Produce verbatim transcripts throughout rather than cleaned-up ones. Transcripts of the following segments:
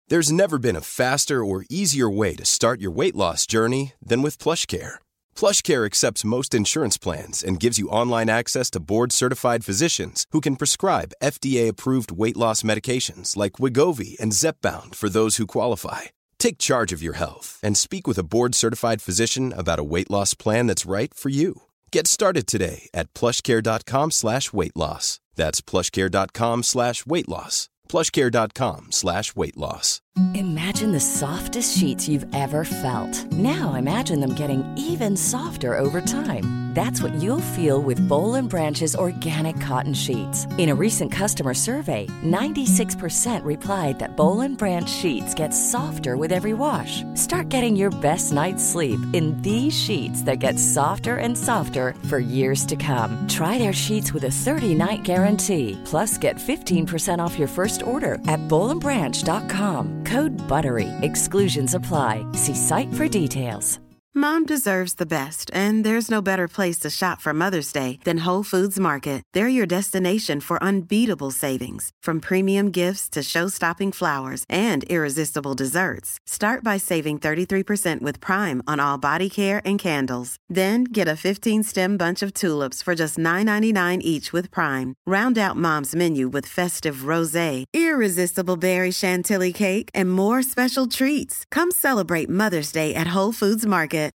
There's never been a faster or easier way to start your weight loss journey than with PlushCare. PlushCare accepts most insurance plans and gives you online access to board-certified physicians who can prescribe F D A-approved weight loss medications like Wegovy and Zepbound for those who qualify. Take charge of your health and speak with a board-certified physician about a weight loss plan that's right for you. Get started today at plushcare.com slash weight loss. That's plushcare.com slash weight loss. plushcare.com slash weight loss. Imagine the softest sheets you've ever felt. Now imagine them getting even softer over time. That's what you'll feel with Boll and Branch's organic cotton sheets. In a recent customer survey, ninety-six percent replied that Boll and Branch sheets get softer with every wash. Start getting your best night's sleep in these sheets that get softer and softer for years to come. Try their sheets with a thirty-night guarantee. Plus, get fifteen percent off your first order at boll and branch dot com. Code BUTTERY. Exclusions apply. See site for details. Mom deserves the best, and there's no better place to shop for Mother's Day than Whole Foods Market. They're your destination for unbeatable savings, from premium gifts to show-stopping flowers and irresistible desserts. Start by saving thirty-three percent with Prime on all body care and candles. Then get a fifteen-stem bunch of tulips for just nine ninety-nine each with Prime. Round out Mom's menu with festive rosé, irresistible berry chantilly cake, and more special treats. Come celebrate Mother's Day at Whole Foods Market.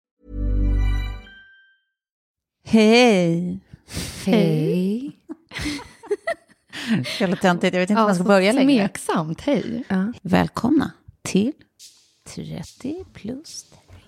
Hej. Hej. Jävla töntigt, jag vet inte om man ska börja längre. Smeksamt, hej. Ja. Välkomna till trettio plus.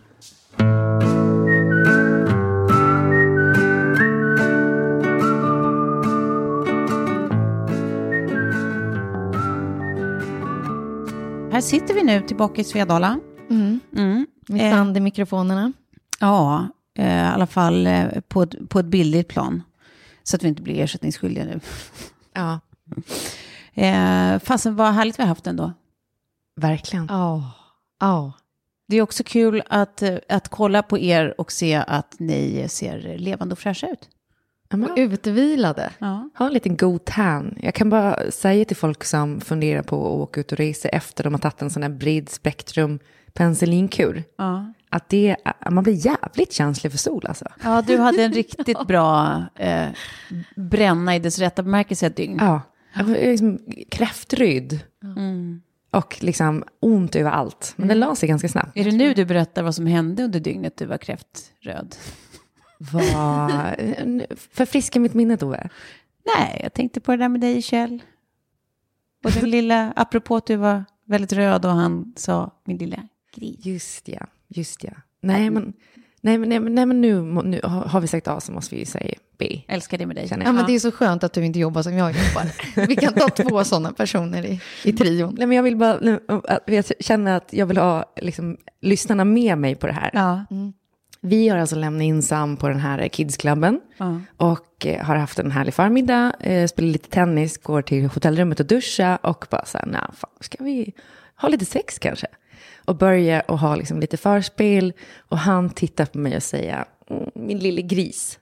Här sitter vi nu tillbaka i Svedala. Mm. Mm. Med sand i mikrofonerna. Ja, i alla fall på ett, på ett bildligt plan. Så att vi inte blir ersättningsskyldiga nu. Ja. Eh, fastän vad härligt vi har haft ändå. Verkligen. Ja. Oh. Oh. Det är också kul att, att kolla på er och se att ni ser levande och fräscha ut. Och utvilade. Ja. Ha en liten god tan. Jag kan bara säga till folk som funderar på att åka ut och resa efter de har tagit en sån här bred spektrum penicillinkur. Ja. Att det, man blir jävligt känslig för sol alltså. Ja, du hade en riktigt bra eh, bränna i dess rätta bemärkelse ett dygn. Ja, liksom kräftryd. Mm. Och liksom ont överallt. Men det la sig ganska snabbt. Är det nu du berättar vad som hände under dygnet du var kräftröd? Vad... Förfriska mitt minne, Tove. Nej, jag tänkte på det där med dig, Kjell. Och den lilla, apropå att du var väldigt röd och han sa, min lilla gris. Just ja, just ja. Nej, men, nej, men, nej, men, nej, men nu, nu har vi sagt A så måste vi säga B. Älskar det med dig. Ja, men det är så skönt att du inte jobbar som jag jobbar. Vi kan ta två sådana personer i, i trion. Nej, men jag vill bara, nu, jag känner att jag vill ha liksom, lyssnarna med mig på det här. Ja. Mm. Vi har alltså lämnat in Sam på den här kidsklubben ja. och eh, har haft en härlig förmiddag, eh, spelar lite tennis, går till hotellrummet och duscha och bara så här, nej fan, ska vi ha lite sex kanske? Och börja och ha liksom lite förspel och han tittar på mig och säger, mm, min lille gris.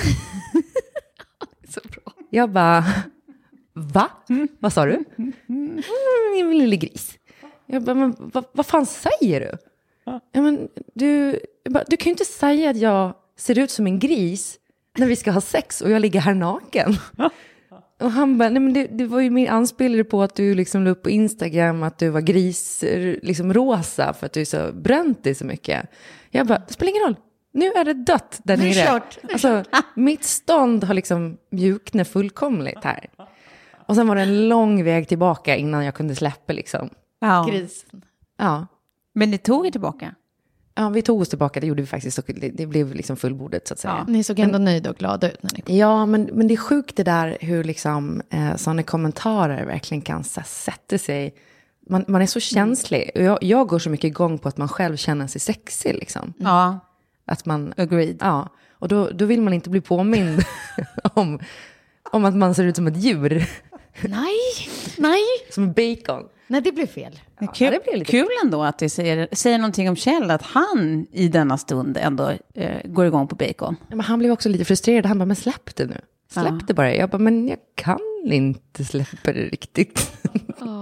Så bra. Jag bara, va? Mm. Vad sa du? Mm, min lille gris. Jag bara, men vad, vad fan säger du? Ja, men du, bara, du kan ju inte säga att jag ser ut som en gris när vi ska ha sex och jag ligger här naken. Och han bara, nej men det, det var ju min anspelare på att du liksom la upp på Instagram att du var gris, liksom rosa för att du så bränt dig så mycket. Jag bara, det spelar ingen roll. Nu är det dött där nere. Kört. Alltså, mitt stånd har liksom mjuknat fullkomligt här. Och sen var det en lång väg tillbaka innan jag kunde släppa liksom. Ja. Grisen. Ja. Men ni tog er tillbaka? Ja, vi tog oss tillbaka. Det gjorde vi faktiskt. Det, det blev liksom fullbordet så att säga. Ja, ni såg ändå nöjda och glada ut när ni kom. Ja, men, men det är sjukt det där hur liksom eh, sådana kommentarer verkligen kan så, sätta sig. Man, man är så känslig. Och jag, jag går så mycket igång på att man själv känner sig sexig liksom. Ja. Att man... Agreed. Ja, och då, då vill man inte bli påmind om, om att man ser ut som ett djur. Nej, nej. Som bacon. Nej, det blev fel. Ja, kul, det blev lite kul ändå att det säger, säger någonting om Kjell, att han i denna stund ändå eh, går igång på bacon. Ja, men han blev också lite frustrerad. Han bara, men släpp det nu. Släpp Ja. det bara. Jag bara, men jag kan inte släppa det riktigt. Åh,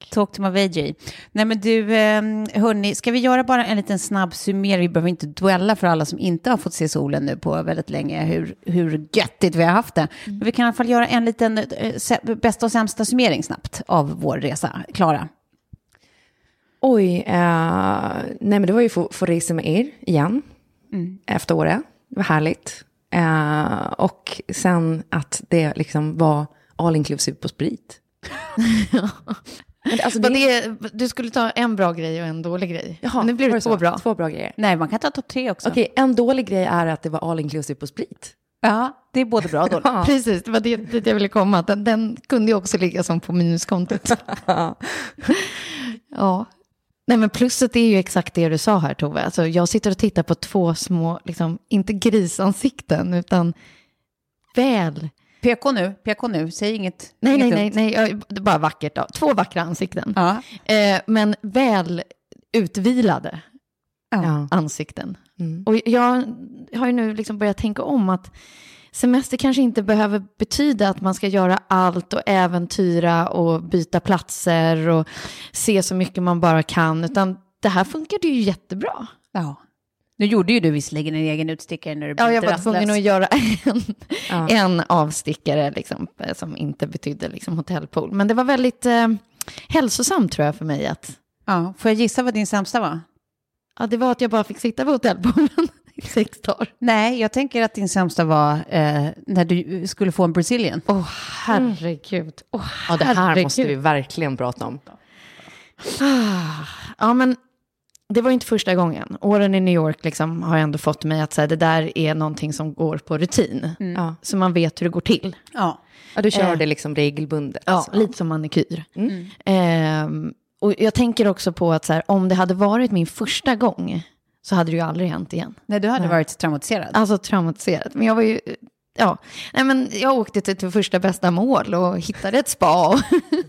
Talk to my V J. Nej men du, hörni, ska vi göra bara en liten snabb summering? Vi behöver inte duella för alla som inte har fått se solen nu på väldigt länge, hur, hur göttigt vi har haft det. Mm. Men vi kan i alla fall göra en liten äh, bästa och sämsta summering snabbt av vår resa. Klara? Oj, uh, nej men det var ju för, för resa med er igen mm. efter året. Det var härligt. Uh, och sen att det liksom var all inclusive på sprit. Men alltså det... Det, du skulle ta en bra grej och en dålig grej. Jaha, nu blir det två bra. Två bra grejer. Nej, man kan ta topp tre också. Okej, en dålig grej är att det var all inclusive på sprit. Ja, det är både bra och dåligt. Ja. Precis, det var det, det jag ville komma. Den, den kunde ju också ligga som på minuskontot. Ja. Nej, men plusset är ju exakt det du sa här, Tove. Alltså, jag sitter och tittar på två små, liksom, inte grisansikten, utan väl... P K nu, P K nu, säg inget. Nej, inget nej, nej, nej, det är bara vackert då. Två vackra ansikten. Ja. Eh, men väl utvilade ja. ansikten. Mm. Och jag har ju nu liksom börjat tänka om att semester kanske inte behöver betyda att man ska göra allt och äventyra och byta platser och se så mycket man bara kan, utan det här funkade ju jättebra. Ja. Nu gjorde ju du visserligen en egen utstickare när du blev Ja, jag var tvungen att göra en, ja. en avstickare liksom, som inte betydde liksom, hotellpool. Men det var väldigt eh, hälsosamt tror jag för mig. Att... Ja, får jag gissa vad din sämsta var? Ja, det var att jag bara fick sitta på hotellpoolen i sex dagar. Nej, jag tänker att din sämsta var eh, när du skulle få en Brazilian. Åh, oh, herregud. Oh, ja, det här herregud. Måste vi verkligen prata om. Ah, ja, men det var inte första gången. Åren i New York liksom har ändå fått mig att säga det där är någonting som går på rutin. Mm. Ja. Så man vet hur det går till. Ja, ja du kör eh, det liksom regelbundet. Ja, så. Lite som manikyr. Mm. Eh, och jag tänker också på att så här, om det hade varit min första gång så hade det ju aldrig hänt igen. Nej, du hade ja. varit traumatiserad. Alltså traumatiserad. Men jag var ju, ja. Nej, men jag åkte till, till första bästa mål och hittade ett spa. Och,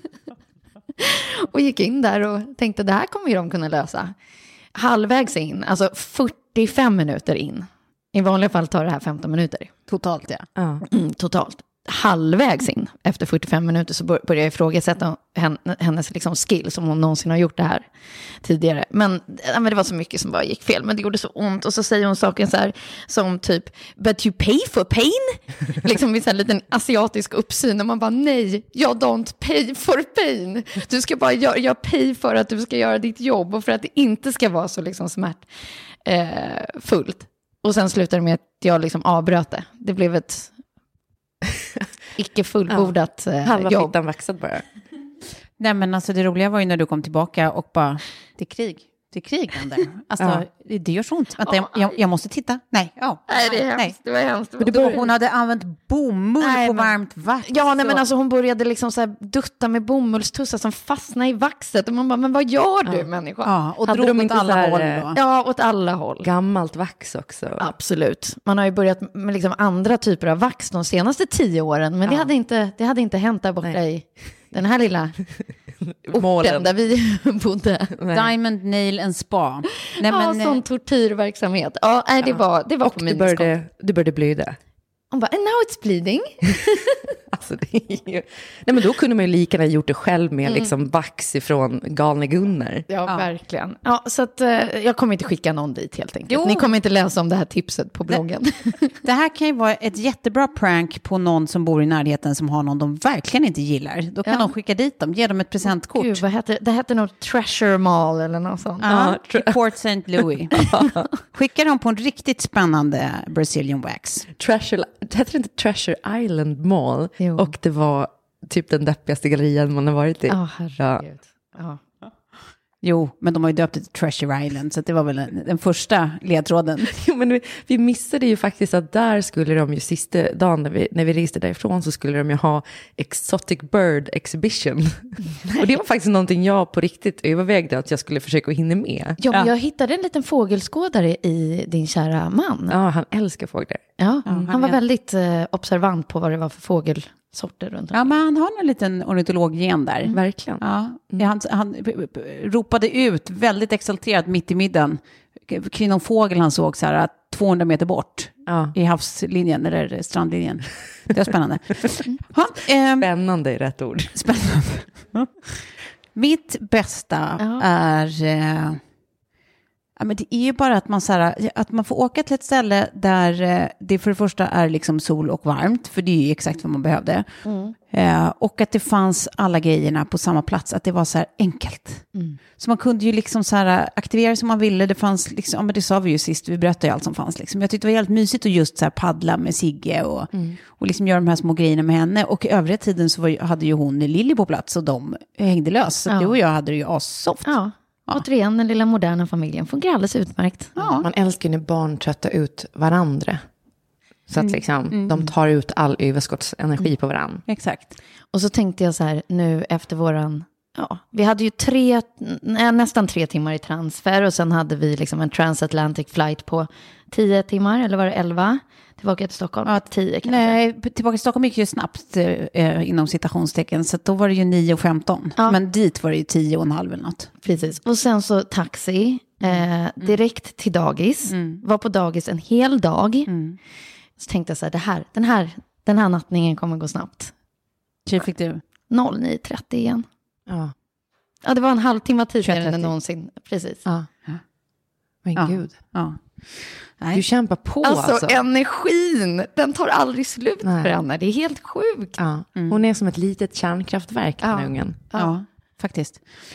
och gick in där och tänkte det här kommer ju de kunna lösa. Halvvägs in, alltså fyrtiofem minuter in. I vanliga fall tar det här femton minuter. Totalt, ja. ja. Mm, totalt. Halvvägs in, efter fyrtiofem minuter, så började jag ifrågasätta hennes liksom skill som hon någonsin har gjort det här tidigare. Men, men det var så mycket som bara gick fel. Men det gjorde så ont. Och så säger hon saker så här som typ, but you pay for pain? liksom med en liten asiatisk uppsyn. Och man bara, nej, jag don't pay for pain. Du ska bara göra, jag pay för att du ska göra ditt jobb. Och för att det inte ska vara så liksom smärtfullt. Eh, och sen slutade det med att jag liksom avbröt det. Det blev ett... icke fullbordat ja, halva jobb. fittan vaxad bara. Nej, men alltså det roliga var ju när du kom tillbaka och bara, det är krig. Det är krig, där. Alltså, ja. det gör så ont. Vänta, jag, jag, jag måste titta. Nej, ja. Nej, det är hemskt. Nej. Det var hemskt. Men det var, hon hade använt bomull nej, på men... varmt vax. Ja, nej, men alltså hon började liksom så här dutta med bomullstussar som fastnade i vaxet. Och man bara, men vad gör du, ja. människa? Ja, och hade drog åt alla här, håll då? Ja, åt alla håll. Gammalt vax också. Absolut. Man har ju börjat med liksom andra typer av vax de senaste tio åren. Men ja. det, hade inte, det hade inte hänt där borta nej. i den här lilla orten där vi bodde. Diamond Nail and Spa. Nej, men, ja, sån tortyrverksamhet. Ja, nej, det var, det var och på du började, du började blöda. Hon bara, and now it's bleeding. alltså, det är ju... Nej, men då kunde man ju lika gärna gjort det själv med mm. liksom vax ifrån galne Gunnar. Ja, ja, verkligen. Ja, så att, uh, jag kommer inte skicka någon dit helt enkelt. Jo. Ni kommer inte läsa om det här tipset på bloggen. Det, det här kan ju vara ett jättebra prank på någon som bor i närheten som har någon de verkligen inte gillar. Då kan ja. de skicka dit dem, ge dem ett presentkort. Gud, vad heter det? Det heter något Treasure Mall eller något sånt. Ja, ja. Port Saint Louis. Skicka dem på en riktigt spännande Brazilian wax. Treasure, det heter inte Treasure Island Mall. Jo. Och det var typ den deppigaste gallerian man har varit i. Oh, herregud. Ja. Ja. Jo, men de har ju döpt det till Treasure Island, så det var väl den, den första ledtråden. Jo, men vi, vi missade ju faktiskt att där skulle de ju sista dagen när vi, när vi reste därifrån så skulle de ju ha Exotic Bird Exhibition. Och det var faktiskt någonting jag på riktigt övervägde att jag skulle försöka hinna med. Ja, men jag hittade en liten fågelskådare i din kära man. Ja, han älskar fåglar. Ja, mm, han, han var är... väldigt eh, observant på vad det var för fågel. Sorter runt. Ja, men han har en liten ornitologgen där. Mm. Verkligen. Ja, mm. han, han ropade ut väldigt exalterat mitt i middagen kring någon fågel han såg så här tvåhundra meter bort ja. i havslinjen eller strandlinjen. Det var spännande. Ha, ähm, spännande är rätt ord. Spännande. Mitt bästa Ja. är... Eh, ja, men det är ju bara att man, så här, att man får åka till ett ställe där eh, det för det första är liksom sol och varmt. För det är ju exakt vad man behövde. Mm. Eh, och att det fanns alla grejerna på samma plats. Att det var så här enkelt. Mm. Så man kunde ju liksom så här aktivera som man ville. Det fanns liksom, ja men det sa vi ju sist, vi berättade ju allt som fanns liksom. Jag tyckte det var helt mysigt att just så här paddla med Sigge och, mm. och liksom göra de här små grejerna med henne. Och i övriga tiden så var, hade ju hon Lilly på plats och de hängde lös. Så Ja. du och jag hade det ju assoft. Ja. Ja. Återigen, den lilla moderna familjen fungerar alldeles utmärkt. Ja. Man älskar när barn tröttar ut varandra. Så att liksom, Mm. de tar ut all överskottsenergi på varandra. Exakt. Och så tänkte jag så här, nu efter våran... Ja, vi hade ju tre, nä, nästan tre timmar i transfer och sen hade vi liksom en transatlantic flight på tio timmar, eller var det elva? Tillbaka till Stockholm? Ja, tio kanske. Nej, tillbaka till Stockholm gick ju snabbt eh, inom citationstecken. Så då var det ju nio och femton. Ja. Men dit var det ju tio och en halv eller något. Precis. Och sen så taxi, eh, direkt till dagis. Mm. Var på dagis en hel dag. Mm. Så tänkte jag så här, det här, den här, den här nattningen kommer gå snabbt. Hur fick du? nio trettio igen. Ja. Ja, det var en halvtimme tidigare trettio. än någonsin. Precis. ja. Men Ja. gud. Ja. Du Nej. kämpar på Alltså, alltså. energin, den tar aldrig slut Nej. för henne. Det är helt sjukt. Ja. Mm. Hon är som ett litet kärnkraftverk, den Ja. ungen. Ja, faktiskt.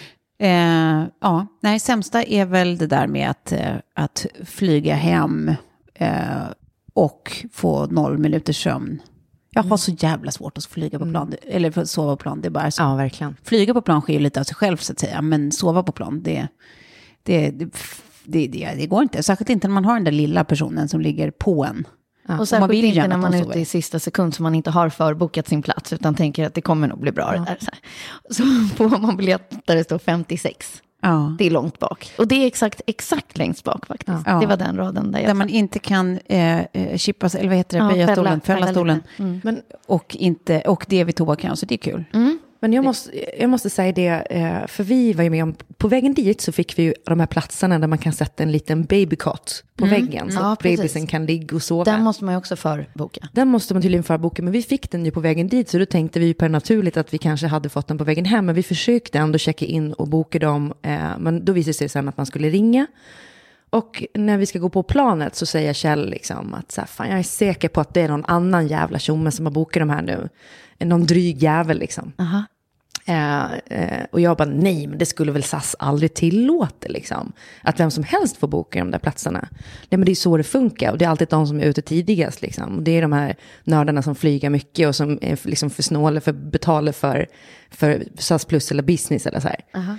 Eh, ja, nej, sämsta är väl det där med att, eh, att flyga hem eh, och få noll minuters sömn. Jag har så jävla svårt att flyga på plan, eller för att sova på plan. Det är bara så. Ja, verkligen. Flyga på plan sker ju lite av sig själv så att säga, men sova på plan, det, det, det, det, det, det går inte. Särskilt inte när man har den där lilla personen som ligger på en. Och man särskilt vill inte gärna när att man de är sover. ute i sista sekund så man inte har förbokat sin plats utan tänker att det kommer nog bli bra det där. Så, här. Så får man biljett där det står femtiosex. Ja. Det är långt bak. Och det är exakt, exakt längst bak faktiskt. Ja. Det var den raden där jag Där man inte kan eh, eh, chippa sig, eller vad heter det, Ja, böja fälla- stolen, fälla fälla stolen. lite. Mm. Men, Och, inte, och det vid tobaken, så det är kul. Mm. men jag, måste, jag måste säga det, eh, för vi var ju med om, på vägen dit så fick vi ju de här platserna där man kan sätta en liten babycot på väggen. Så Ja, att precis. babysen kan ligga och sova. Den måste man ju också förboka. Den måste man tydligen förboka, men vi fick den ju på vägen dit, så då tänkte vi ju per naturligt att vi kanske hade fått den på vägen hem, men vi försökte ändå checka in och boka dem, eh, men då visade det sig sen att man skulle ringa. Och när vi ska gå på planet så säger Kjell liksom att så här, fan, jag är säker på att det är någon annan jävla tjomme som har bokat de här nu. Någon dryg jävel liksom. Aha. Eh, eh, och jag bara, nej, men det skulle väl S A S aldrig tillåta liksom. Att vem som helst får boka de där platserna. Nej, men det är så det funkar. Och det är alltid de som är ute tidigast liksom. Och det är de här nördarna som flyger mycket och som är liksom för snåla för betalar för, för S A S plus eller business eller så här. Aha.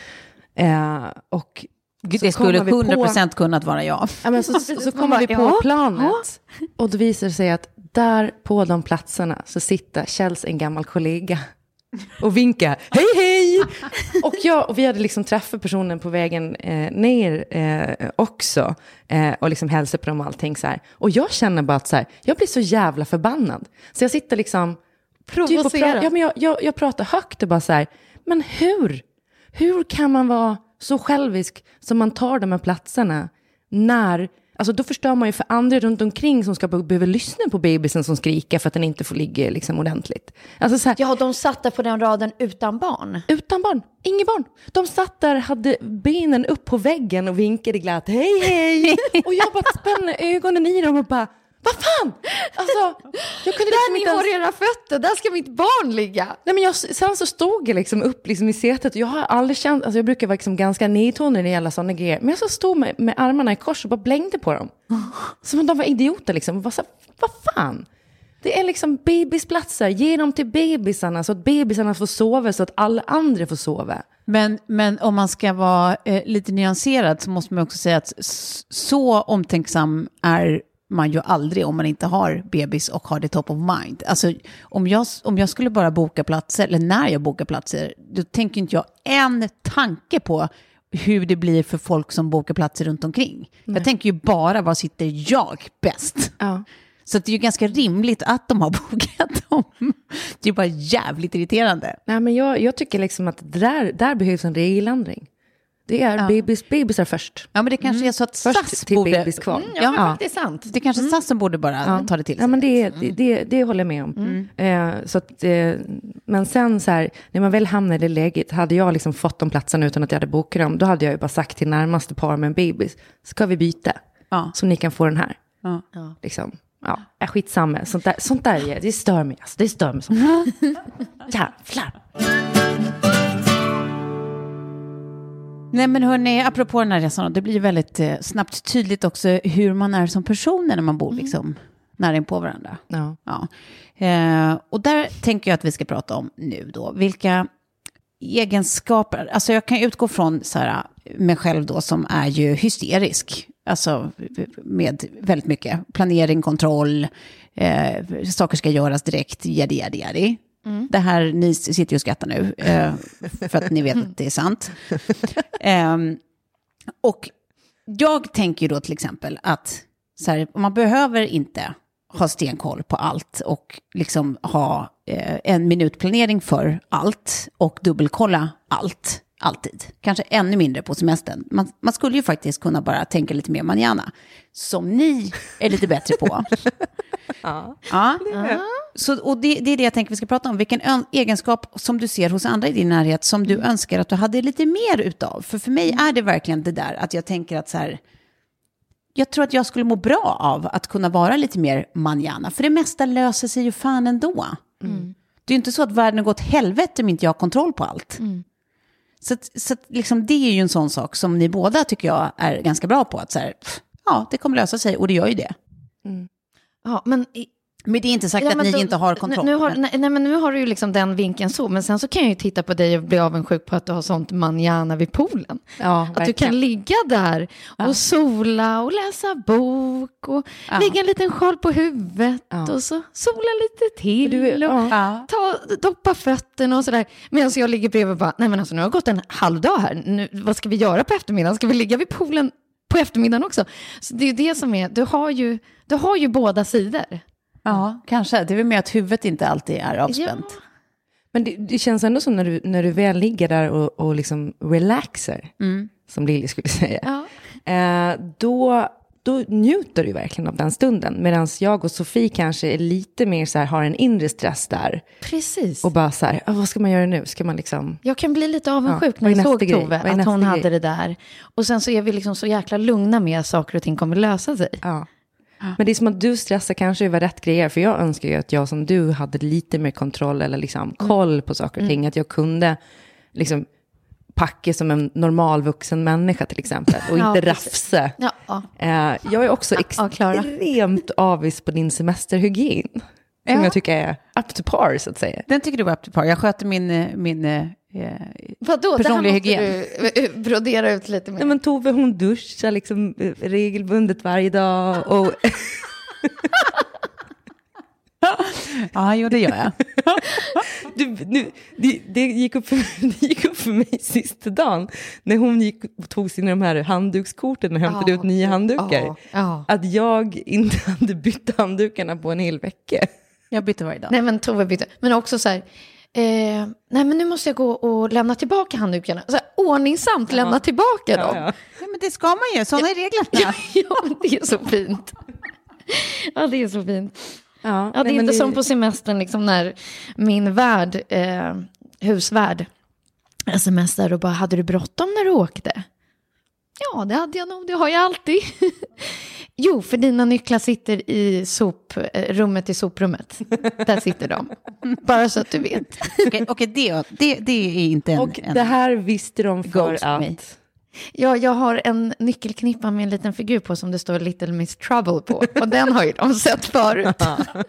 Eh, och Det så skulle kommer vi på- hundra procent kunnat vara jag. Ja, men så, så, så Man kommer bara, vi på ja, planet och då visar det sig att där på de platserna så sitter Kjells en gammal kollega och vinkar, hej hej! Och, jag, och vi hade liksom träffat personen på vägen eh, ner eh, också eh, och liksom hälsade på dem och allting så här. Och jag känner bara att så här, jag blir så jävla förbannad. Så jag sitter liksom typ och Provocera. pra- ja, men jag, jag, jag pratar högt och bara så här, men hur? Hur kan man vara så självisk som man tar de här platserna när, alltså då förstör man ju för andra runt omkring som ska be- behöva lyssna på babysen som skriker för att den inte får ligga liksom ordentligt. Alltså så här, Ja, de satt där på den raden utan barn. utan barn, inget barn. De satt där, hade benen upp på väggen och vinkade glatt, hej hej. Och jag bara spänner ögonen i dem och bara, vad fan? Alltså, jag kunde Där liksom ni inte ens... har era fötter, där ska mitt barn ligga. Nej, men jag, sen så stod jag liksom upp liksom i sätet och jag har aldrig känt, alltså jag brukar vara liksom ganska nedtonad när det gäller sådana grejer, men jag så stod med, med armarna i kors och bara blängde på dem. Som om de var idioter liksom. Vad, så, vad fan? Det är liksom babysplatser, ge dem till bebisarna så att bebisarna får sova så att alla andra får sova. Men, men om man ska vara eh, lite nyanserad så måste man också säga att s- så omtänksam är man ju aldrig om man inte har bebis och har det top of mind. Alltså om jag, om jag skulle bara boka platser, eller när jag bokar platser, då tänker inte jag en tanke på hur det blir för folk som bokar platser runt omkring. Nej. Jag tänker ju bara, var sitter jag bäst? Ja. Så det är ju ganska rimligt att de har bokat dem. Det är bara jävligt irriterande. Nej, men jag, jag tycker liksom att där, där behövs en regeländring. Det är Ja. bebis, bebisar först. Ja, men det kanske är så att Först S A S till borde... bebis kvar. Mm, ja, men faktiskt sant. Det är kanske S A S som borde bara Ja. ta det till sig. Ja, men det, det, det, det håller jag med om. Eh, så att, eh, men sen så här, när man väl hamnar i det läget, hade jag liksom fått de platserna utan att jag hade bokat dem, då hade jag ju bara sagt till närmaste par med en bebis, ska vi byta? Ja. Så ni kan få den här. Ja. Liksom. Ja, är skitsamma. Sånt där, sånt där är, det stör mig. Alltså. Det stör mig. Sånt. Jävlar. Nej, men hörni, apropå den här resan, det blir väldigt eh, snabbt tydligt också hur man är som personer när man bor liksom nära in på varandra. Ja. Ja. Eh, och där tänker jag att vi ska prata om nu då. Vilka egenskaper, alltså jag kan utgå från så här, mig själv då som är ju hysterisk. Alltså med väldigt mycket planering, kontroll, eh, saker ska göras direkt, jadi, jadi, jadi. Mm. Det här, ni sitter ju och skrattar nu, eh, för att ni vet att det är sant. Eh, och jag tänker ju då till exempel att så här, man behöver inte ha stenkoll på allt och liksom ha eh, en minutplanering för allt och dubbelkolla allt, alltid. Kanske ännu mindre på semestern. Man, man skulle ju faktiskt kunna bara tänka lite mer manjana, som ni är lite bättre på. Ja. Ja. Så, och det, det är det jag tänker vi ska prata om. Vilken ön, egenskap som du ser hos andra i din närhet som du mm. önskar att du hade lite mer utav. För för mig är det verkligen det där att jag tänker att så här, jag tror att jag skulle må bra av att kunna vara lite mer manjana. För det mesta löser sig ju fan ändå. Mm. Det är ju inte så att världen har gått helvete om inte jag har kontroll på allt. Mm. Så, att, så att liksom det är ju en sån sak som ni båda tycker jag är ganska bra på. Att så här, ja, det kommer lösa sig och det gör ju det. Mm. Ja, men... I... Men det är inte sagt ja, att ni då, inte har kontroll. Nu har, nej, nej, men nu har du ju liksom den vinkeln så. Men sen så kan jag ju titta på dig och bli avundsjuk på att du har sånt manjana vid poolen. Ja, att verkligen. du kan ligga där och ja. sola och läsa bok och ja. lägga en liten sjal på huvudet ja. och så sola lite till du, och ja. ta, doppa fötterna och sådär. Medan jag ligger bredvid och bara, nej men alltså nu har gått en halv dag här. Nu, vad ska vi göra på eftermiddagen? Ska vi ligga vid poolen på eftermiddagen också? Så det är ju det som är, du har ju, du har ju båda sidor. Ja, kanske. Det är väl med att huvudet inte alltid är avspänt. Ja. Men det, det känns ändå som när du, när du väl ligger där och, och liksom relaxer, mm. som Lili skulle säga, ja. eh, då, då njuter du verkligen av den stunden. Medan jag och Sofie kanske är lite mer så här, har en inre stress där. Precis. Och bara så här, vad ska man göra nu? Ska man liksom... Jag kan bli lite avundsjuk ja, när jag såg Tove, att hon grej? hade det där. Och sen så är vi liksom så jäkla lugna med att saker och ting kommer lösa sig. Ja. Men det är som att du stressar kanske över rätt grejer. För jag önskar ju att jag som du hade lite mer kontroll eller liksom koll på saker och ting. Mm. Att jag kunde liksom packa som en normal vuxen människa till exempel. Och ja, inte rafsa. Ja, ja. Uh, jag är också ja, extremt avis på din semesterhygien. Som ja. jag tycker är up to par så att säga. Den tycker du är up to par. Jag sköter min... min eh, Vadå? personlig hygien. Du brodera ut lite mer. Nej, men Tove, hon duschar liksom regelbundet varje dag. Och... ja, jo, det gör jag. du, nu, det, det, gick upp för, det gick upp för mig sista dagen. När hon gick och tog sina de här handdukskorten och hämtade oh, ut nya handdukar. Oh, oh. Att jag inte hade bytt handdukarna på en hel vecka. Jag bytte varje dag. Nej, men Tove bytte. Men också så här... Eh, nej men nu måste jag gå och lämna tillbaka handdukarna. Så här, ordningsamt ja. lämna tillbaka dem. Ja, ja. Ja, men det ska man ju, sådana är reglerna. Ja, ja, det är så fint. Ja, det är så fint. Ja, ja det är nej, inte det... som på semestern liksom när min värd, eh, husvärd, smsar och bara, hade du bråttom när du åkte? Ja, det hade jag nog, det har jag alltid. Jo, för dina nycklar sitter i soprummet i soprummet. Där sitter de. Bara så att du vet. Okej, okay, det, det, det är inte en... Och en det här visste de för att... Ja, jag har en nyckelknippa med en liten figur på som det står Little Miss Trouble på. Och den har ju de sett förut.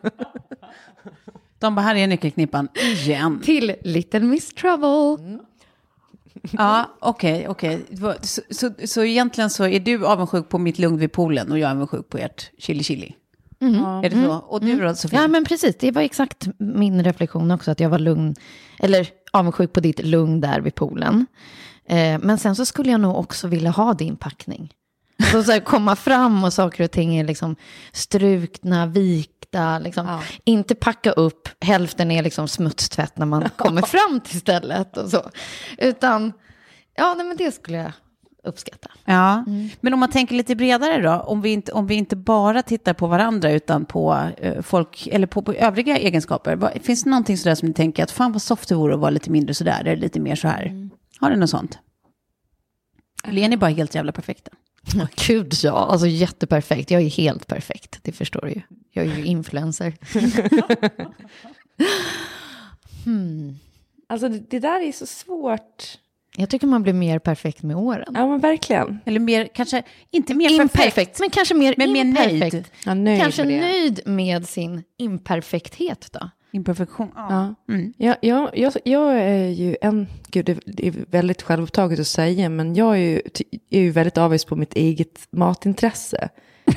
De bara, här är nyckelknippan igen. Till Little Miss Trouble. Mm. Ja, okej, okay, okej. Okay. Så, så, så egentligen så är du avundsjuk på mitt lugn vid poolen och jag är avundsjuk på ert chili chili. Mm. Är det så? Och du då, Sofie? Ja, men precis. Det var exakt min reflektion också, att jag var lugn, eller avundsjuk på ditt lugn där vid poolen. Eh, men sen så skulle jag nog också vilja ha din packning. Så, så här, komma fram och saker och ting är liksom strukna, vikta, liksom. Ja. Inte packa upp, hälften är liksom smutstvätt när man kommer fram till stället och så. Utan, ja, nej, men det skulle jag uppskatta. Ja, mm. Men om man tänker lite bredare då, om vi inte, om vi inte bara tittar på varandra utan på uh, folk, eller på, på övriga egenskaper. Vad, finns det någonting sådär som ni tänker att fan vad soft det vore att vara lite mindre sådär, eller lite mer så här? Mm. Har du något sånt? Eller är ni bara helt jävla perfekta? Oh, gud, ja. Alltså jätteperfekt. Jag är helt perfekt, det förstår du ju. Jag är ju influencer. hmm. Alltså det, det där är så svårt. Jag tycker man blir mer perfekt med åren. Ja, men verkligen. Eller mer, kanske inte mer imperfekt, perfekt, men kanske mer men imperfekt. Mer nöjd. Ja, nöjd kanske med nöjd med sin imperfekthet då. Imperfektion. Ja. Ja. Mm. Jag, jag, jag, jag är ju en, gud det, det är väldigt självupptaget att säga, men jag är ju, är ju väldigt avvis på mitt eget matintresse.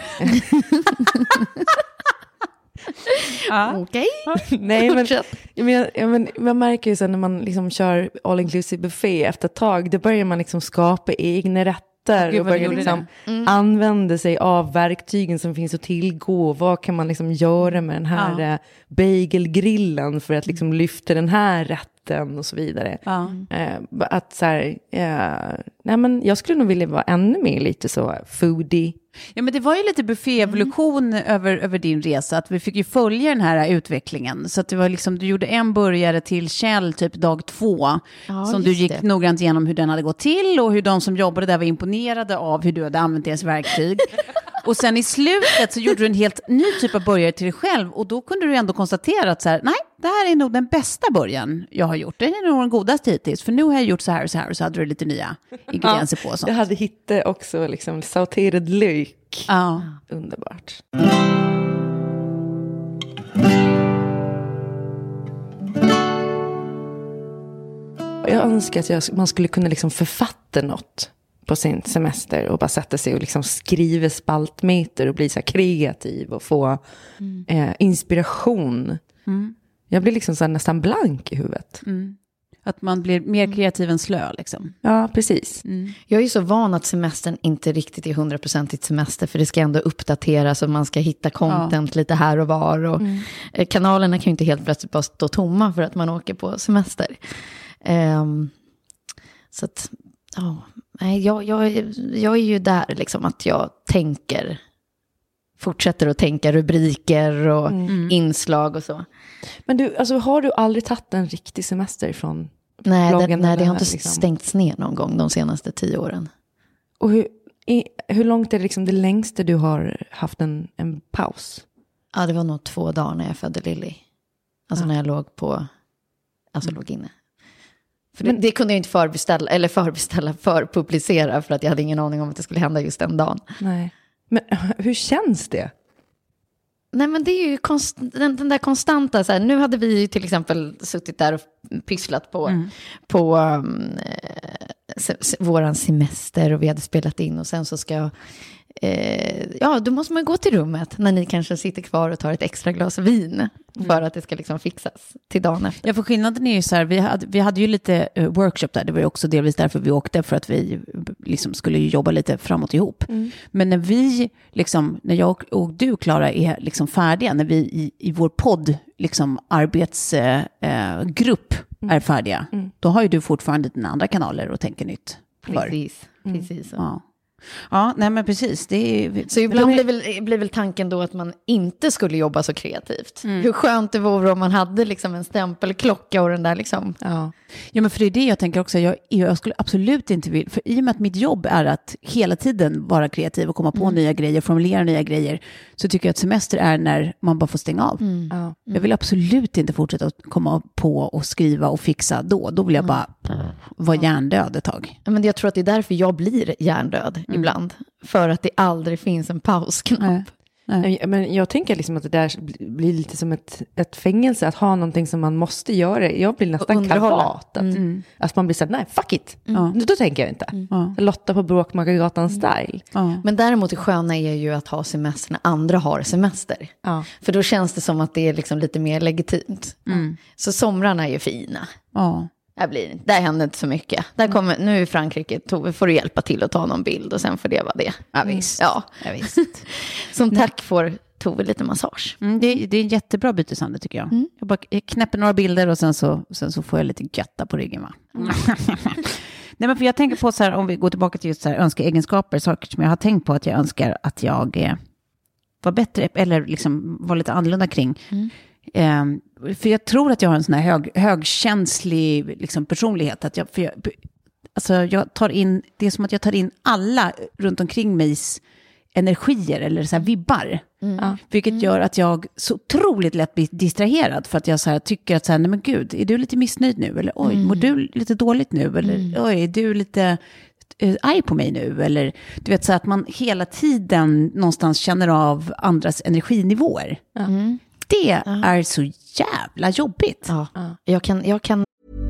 Ja. Okej. Okay. Nej, men, jag men, jag men, man märker ju sen när man liksom kör all inclusive buffet efter ett tag, då börjar man liksom skapa egna rätter. Gud, och börjar liksom mm. använda sig av verktygen som finns att tillgå. Vad kan man liksom göra med den här ja. bagelgrillen för att liksom lyfta den här rätten och så vidare. Ja. Uh, att så här, uh, nej men jag skulle nog vilja vara ännu mer lite så foodie. Ja, men det var ju lite buffé-evolution mm. över, över din resa. Att vi fick ju följa den här utvecklingen. Så att det var liksom, du gjorde en burgare till Kjell typ dag två. Ja, som du gick det. noggrant igenom hur den hade gått till. Och hur de som jobbade där var imponerade av hur du hade använt deras verktyg. Och sen i slutet så gjorde du en helt ny typ av burgare till dig själv. Och då kunde du ändå konstatera att så här, nej, det här är nog den bästa burgaren jag har gjort. Det är nog den godaste hittills. För nu har jag gjort så här och så här. Och så hade du lite nya ingredienser ja, på. Och sånt. Jag hade hittat också liksom sauterad lök. Ja. Underbart. Jag önskar att jag, man skulle kunna liksom författa något på sin semester och bara sätta sig och liksom skriva spaltmeter och bli så här kreativ och få mm. eh, inspiration. Mm. Jag blir liksom så här nästan blank i huvudet. Mm. Att man blir mer kreativ än slö liksom. Ja, precis. Mm. Jag är ju så van att semestern inte riktigt är hundraprocentigt semester. För det ska ändå uppdateras och man ska hitta content ja. lite här och var. Och mm. kanalerna kan ju inte helt plötsligt bara stå tomma för att man åker på semester. Um, så att, ja, nej, jag, jag, jag är ju där liksom att jag tänker, fortsätter att tänka rubriker och mm. inslag och så. Men du, alltså har du aldrig tagit en riktig semester från nej, bloggen? Det, nej, det har inte liksom stängts ner någon gång de senaste tio åren. Och hur, i, hur långt är det liksom det längsta du har haft en, en paus? Ja, det var nog två dagar när jag födde Lilly. Alltså ja. när jag låg på, alltså mm. låg inne. För det, det kunde jag inte förbeställa, eller förbeställa, förpublicera för att jag hade ingen aning om att det skulle hända just den dagen. Nej. Men hur känns det? Nej, men det är ju konst, den, den där konstanta, så här, nu hade vi till exempel suttit där och pysslat på, mm. på um, se, se, våran semester och vi hade spelat in och sen så ska jag, eh, ja, då måste man gå till rummet när ni kanske sitter kvar och tar ett extra glas vin mm. för att det ska liksom fixas till dagen efter. Ja, för skillnaden är ju så här, vi hade, vi hade ju lite uh, workshop där, det var ju också delvis därför vi åkte, för att vi liksom skulle jobba lite framåt ihop. Mm. Men när vi, liksom, när jag och du, Klara, är liksom färdiga, när vi i, i vår podd, liksom arbetsgrupp uh, mm. är färdiga, mm. då har ju du fortfarande dina andra kanaler och tänker nytt för. Precis, mm. precis så. Ja. Ja, nej men precis. Det är... Så ibland blir väl, blir väl tanken då att man inte skulle jobba så kreativt. Mm. Hur skönt det vore om man hade liksom en stämpelklocka och den där liksom. Ja. Ja, men för det är det jag tänker också. Jag, jag skulle absolut inte vilja, för i och med att mitt jobb är att hela tiden vara kreativ och komma på mm. nya grejer, formulera nya grejer, så tycker jag att semester är när man bara får stänga av. Mm. Ja. Jag vill absolut inte fortsätta att komma på och skriva och fixa då. Då vill jag bara mm. vara hjärndöd ett tag. Ja, men jag tror att det är därför jag blir hjärndöd mm. ibland. För att det aldrig finns en pausknapp. Nej. Nej. Men jag tänker liksom att det där blir lite som ett, ett fängelse, att ha någonting som man måste göra. Jag blir nästan kavat. Att, mm. att man blir så här, nej, fuck it. Mm. Då tänker jag inte. Mm. Lotta på Bråkmakargatan style. Mm. Men däremot det sköna är ju att ha semester när andra har semester. Ja. För då känns det som att det är liksom lite mer legitimt. Mm. Så somrarna är ju fina. Ja. Där, blir, där händer inte så mycket. Där kommer, nu i Frankrike Tove, får du hjälpa till att ta någon bild och sen får det vara det. Ja, visst. Ja. Ja, visst. Som tack får Tove lite massage. Mm, det, det är en jättebra byteshandel tycker jag. Mm. Jag bara jag knäpper några bilder och sen så, sen så får jag lite götta på ryggen, va? Mm. Nej, men för jag tänker på så här, om vi går tillbaka till just så här önskeegenskaper, saker som jag har tänkt på att jag önskar att jag eh, var bättre, eller liksom var lite annorlunda kring. Mm. Eh, för jag tror att jag har en sån här hög, högkänslig liksom, personlighet. Att jag, för jag, alltså, jag tar in, det är som att jag tar in alla runt omkring mig energier eller så här vibbar. Mm. Vilket gör att jag så otroligt lätt blir distraherad för att jag så här tycker att så här, nej men gud, är du lite missnöjd nu? Eller oj, mm. mår du lite dåligt nu? Eller mm. oj, är du lite uh, arg på mig nu? Eller du vet så att man hela tiden någonstans känner av andras energinivåer. Mm. Det mm. är så jävla jobbigt. Ja, jag kan, jag kan.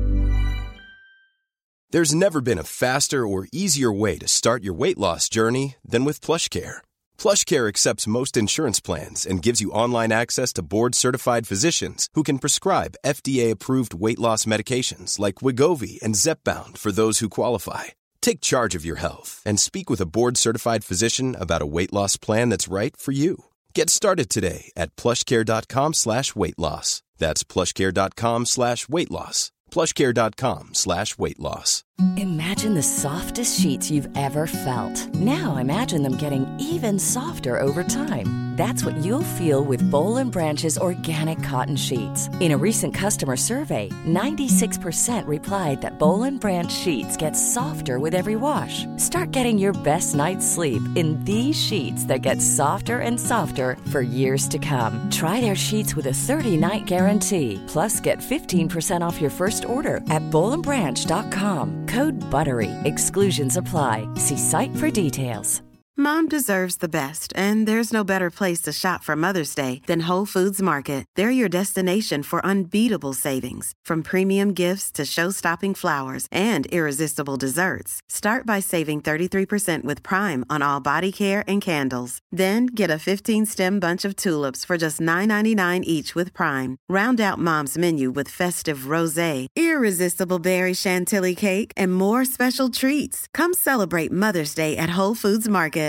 There's never been a faster or easier way to start your weight loss journey than with PlushCare. PlushCare accepts most insurance plans and gives you online access to board-certified physicians who can prescribe F D A-approved weight loss medications like Wegovy and Zepbound for those who qualify. Take charge of your health and speak with a board-certified physician about a weight loss plan that's right for you. Get started today at plushcare.com slash weight loss. That's plushcare.com slash weight loss. plushcare.com slash weight loss. Imagine the softest sheets you've ever felt. Now imagine them getting even softer over time. That's what you'll feel with Boll and Branch's organic cotton sheets. In a recent customer survey, ninety-six percent replied that Boll and Branch sheets get softer with every wash. Start getting your best night's sleep in these sheets that get softer and softer for years to come. Try their sheets with a thirty-night guarantee. Plus, get fifteen percent off your first order at boll and branch dot com. Code BUTTERY. Exclusions apply. See site for details. Mom deserves the best, and there's no better place to shop for Mother's Day than Whole Foods Market. They're your destination for unbeatable savings, from premium gifts to show-stopping flowers and irresistible desserts. Start by saving thirty-three percent with Prime on all body care and candles. Then get a fifteen-stem bunch of tulips for just nine ninety-nine each with Prime. Round out Mom's menu with festive rosé, irresistible berry chantilly cake, and more special treats. Come celebrate Mother's Day at Whole Foods Market.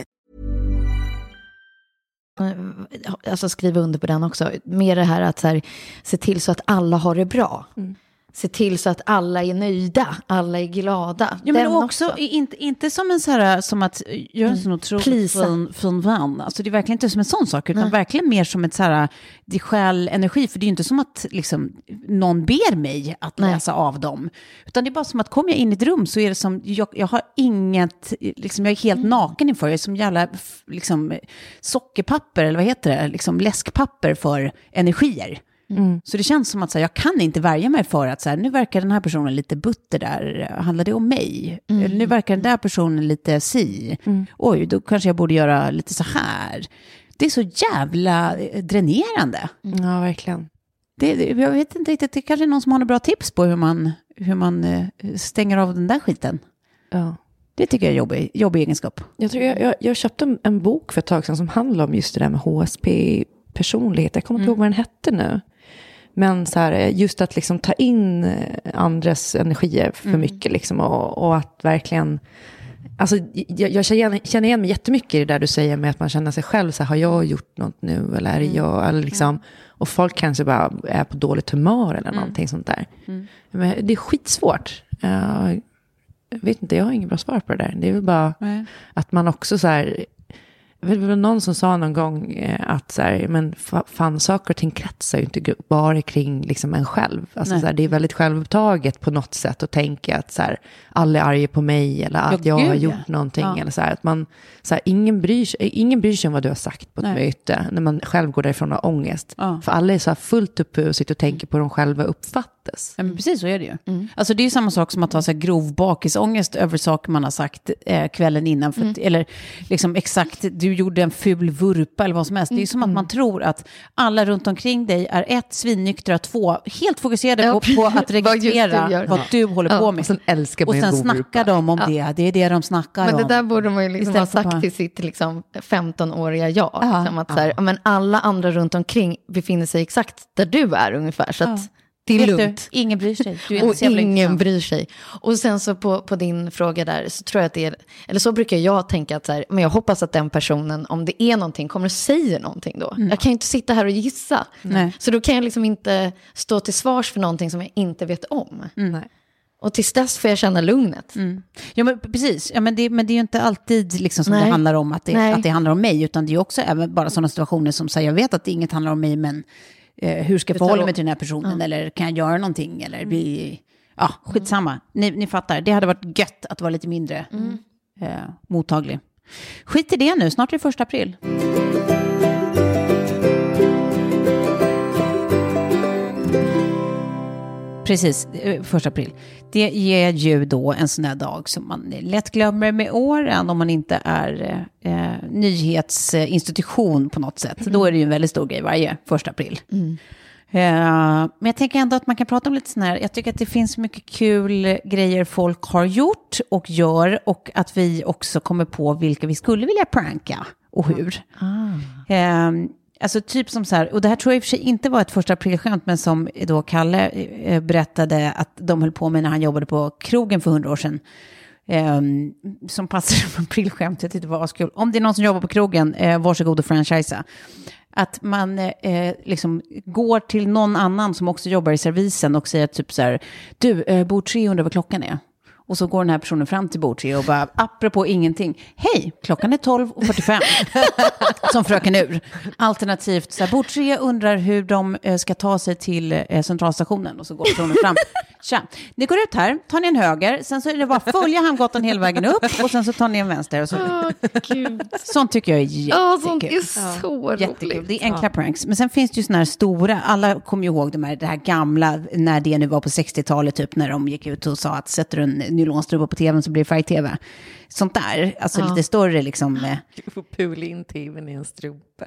Alltså skriva under på den också. Mer det här att så här, se till så att alla har det bra. Mm. Se till så att alla är nöjda, alla är glada. Ja, men också, också. Inte, inte som en så här, som att göra en sån otroligt fin, fin vän. Alltså det är verkligen inte som en sån sak, utan Nej. verkligen mer som ett så här, det skäl energi. För det är ju inte som att liksom, någon ber mig att Nej. läsa av dem. Utan det är bara som att kommer jag in i ett rum så är det som, jag, jag har inget, liksom, jag är helt mm. naken inför. Jag är som jävla liksom, sockerpapper, eller vad heter det? Liksom, läskpapper för energier. Mm. Så det känns som att så här, jag kan inte värja mig för att så här, nu verkar den här personen lite butter där, handlar det om mig? Mm. Eller nu verkar den där personen lite si. Mm. Oj, då kanske jag borde göra lite så här. Det är så jävla dränerande. Mm. Ja, verkligen. Det, det, jag vet inte riktigt, det kanske är någon som har några bra tips på hur man, hur man uh, stänger av den där skiten. Ja. Det tycker jag är jobbig, jobbig egenskap. Jag, tror jag, jag, jag köpte en, en bok för ett tag sedan som handlar om just det där med H S P-personlighet. Jag kommer inte mm. ihåg vad den hette nu. Men så här, just att liksom ta in andras energier för mm. mycket liksom, och, och att verkligen, alltså jag, jag känner igen mig jättemycket i det där du säger med att man känner sig själv så här, har jag gjort något nu eller är det jag, eller liksom, mm. och folk kanske bara är på dåligt humör eller mm. någonting sånt där. Mm. Men det är skitsvårt. Jag vet inte, jag har ingen bra svar på det där. Det är väl bara mm. att man också så här, det var någon som sa någon gång eh, att så här, men fan, saker och ting kretsar ju inte bara kring liksom en själv. Alltså, så här, det är väldigt självupptaget på något sätt att tänka att så här, alla är arga på mig eller att ja, jag har gjort ja. någonting. Ja. Eller så här, att man, så här, ingen, bryr sig, ingen bryr sig om vad du har sagt på ett Nej. möte när man själv går därifrån och har ångest. Ja. För alla är så här fullt uppe och sitter och tänker på hur de själva uppfattas. Ja, men precis så är det ju. Mm. Alltså, det är ju samma sak som att ha så här grov bakisångest över saker man har sagt eh, kvällen innan. För mm. att, eller liksom exakt, du gjorde en ful vurpa eller vad som helst. Det är som att man tror att alla runt omkring dig är ett, svinnyktra, två, helt fokuserade ja, på, på att registrera vad, vad du håller ja. på med. Och sen älskar man och sen snackar de om ja. det. Det är det de snackar men om. Men det där borde man ju liksom ha sagt till sitt liksom, femton-åriga jag. Ja. Som att så här, men alla andra runt omkring befinner sig exakt där du är ungefär. Så att ja. det är lugnt. Du, ingen bryr sig. Du är och ingen bryr sig. Och sen så på, på din fråga där så tror jag att det är, eller så brukar jag tänka att så här, men jag hoppas att den personen, om det är någonting, kommer att säga någonting då. Mm. Jag kan ju inte sitta här och gissa. Nej. Så då kan jag liksom inte stå till svars för någonting som jag inte vet om. Mm. Och tills dess får jag känna lugnet. Mm. Ja, men precis. Ja, men, det, men det är ju inte alltid liksom som det handlar om att det, att det handlar om mig, utan det är ju också även bara sådana situationer som säger, jag vet att inget handlar om mig, men eh, hur ska jag förhålla mig till den här personen, ja. Eller kan jag göra någonting, eller bli, ja, skitsamma. Ni, ni fattar, det hade varit gött att vara lite mindre mm. eh, mottaglig. Skit i det nu, snart är det första april. Precis, första april. Det ger ju då en sån här dag som man lätt glömmer med åren om man inte är eh, nyhetsinstitution på något sätt. Mm. Då är det ju en väldigt stor grej varje första april. Mm. Eh, men jag tänker ändå att man kan prata om lite sån här, jag tycker att det finns mycket kul grejer folk har gjort och gör, och att vi också kommer på vilka vi skulle vilja pranka och hur. Ah. Eh, Alltså typ som så här, och det här tror jag i och för sig inte var ett första aprilskämt, men som då Kalle eh, berättade att de höll på med när han jobbade på krogen för hundra år sedan. Eh, som passar som aprilskämt, jag tyckte det var askul. Om det är någon som jobbar på krogen, eh, varsågod och franchisa. Att man eh, liksom går till någon annan som också jobbar i servisen och säger typ så här, du, eh, bord tre undrar vad klockan är. Och så går den här personen fram till bord tre och bara, apropå ingenting, hej, klockan är tolv och fyrtiofem. Som fröken ur. Alternativt, så här, bord tre undrar hur de eh, ska ta sig till eh, centralstationen. Och så går personen fram. Tja, ni går ut här, tar ni en höger, sen så är det bara följa Hamngatan hela vägen upp, och sen så tar ni en vänster. Och så. Oh, Gud. Sånt tycker jag är jättekul. Ja, sånt är så roligt. Jättekul. Det är enkla ja. pranks. Men sen finns det ju såna här stora, alla kommer ju ihåg de här, det här gamla, när det nu var på sextiotalet, typ när de gick ut och sa att sätter du en nylonstrupa på tvn så blir det färg-tv. Sånt där, alltså ja. lite större liksom. Du får pula in tvn i en strupa.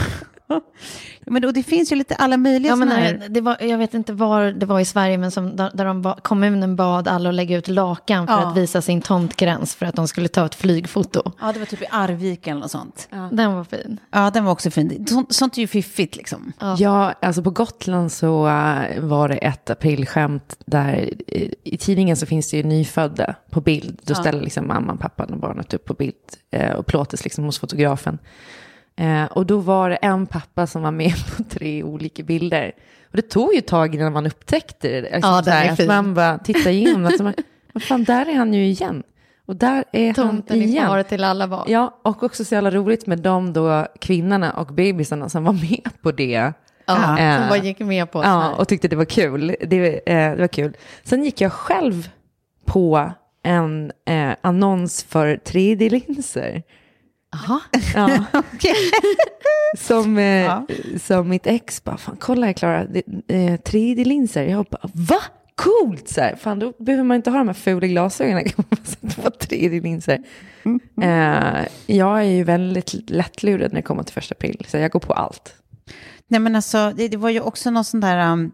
Men då, det finns ju lite alla möjliga ja, men här. Det var, jag vet inte var det var i Sverige, men som, där, där de ba, kommunen bad alla att lägga ut lakan för ja. att visa sin tomtgräns för att de skulle ta ett flygfoto. Ja, det var typ i Arviken eller sånt. Ja. Den var fin. Ja, den var också fin. Sånt, sånt är ju fiffigt liksom. Ja. ja, alltså på Gotland så uh, var det ett aprilskämt där uh, i tidningen så finns det ju nyfödda på bild. Då ja. ställer liksom mamman, pappan och barnet upp på bild uh, och plåtas liksom hos fotografen. Eh, och då var det en pappa som var med på tre olika bilder. Och det tog ju tag innan man upptäckte det. Liksom ja, det är att man bara tittar igenom. Alltså man, vad fan, där är han ju igen. Och där är Tomten han igen. Tomten till alla barn. Ja, och också så jävla roligt med de då kvinnorna och bebisarna som var med på det. Ja, eh, som bara gick med på. Ja, och tyckte det var kul. Det, eh, det var kul. Sen gick jag själv på en eh, annons för tre D-linser. Aha. Ja. Okay. som, eh, ja. som mitt ex bara, fan kolla jag Klara, eh, tre D-linser. Jag bara, va? Coolt! Så här. Fan, då behöver man inte ha de här fula glasögonen. Kan man sätta på tre D-linser. Mm. Eh, jag är ju väldigt lättlurad när det kommer till första april. Så jag går på allt. Nej men alltså, det, det var ju också någon sån där... Um...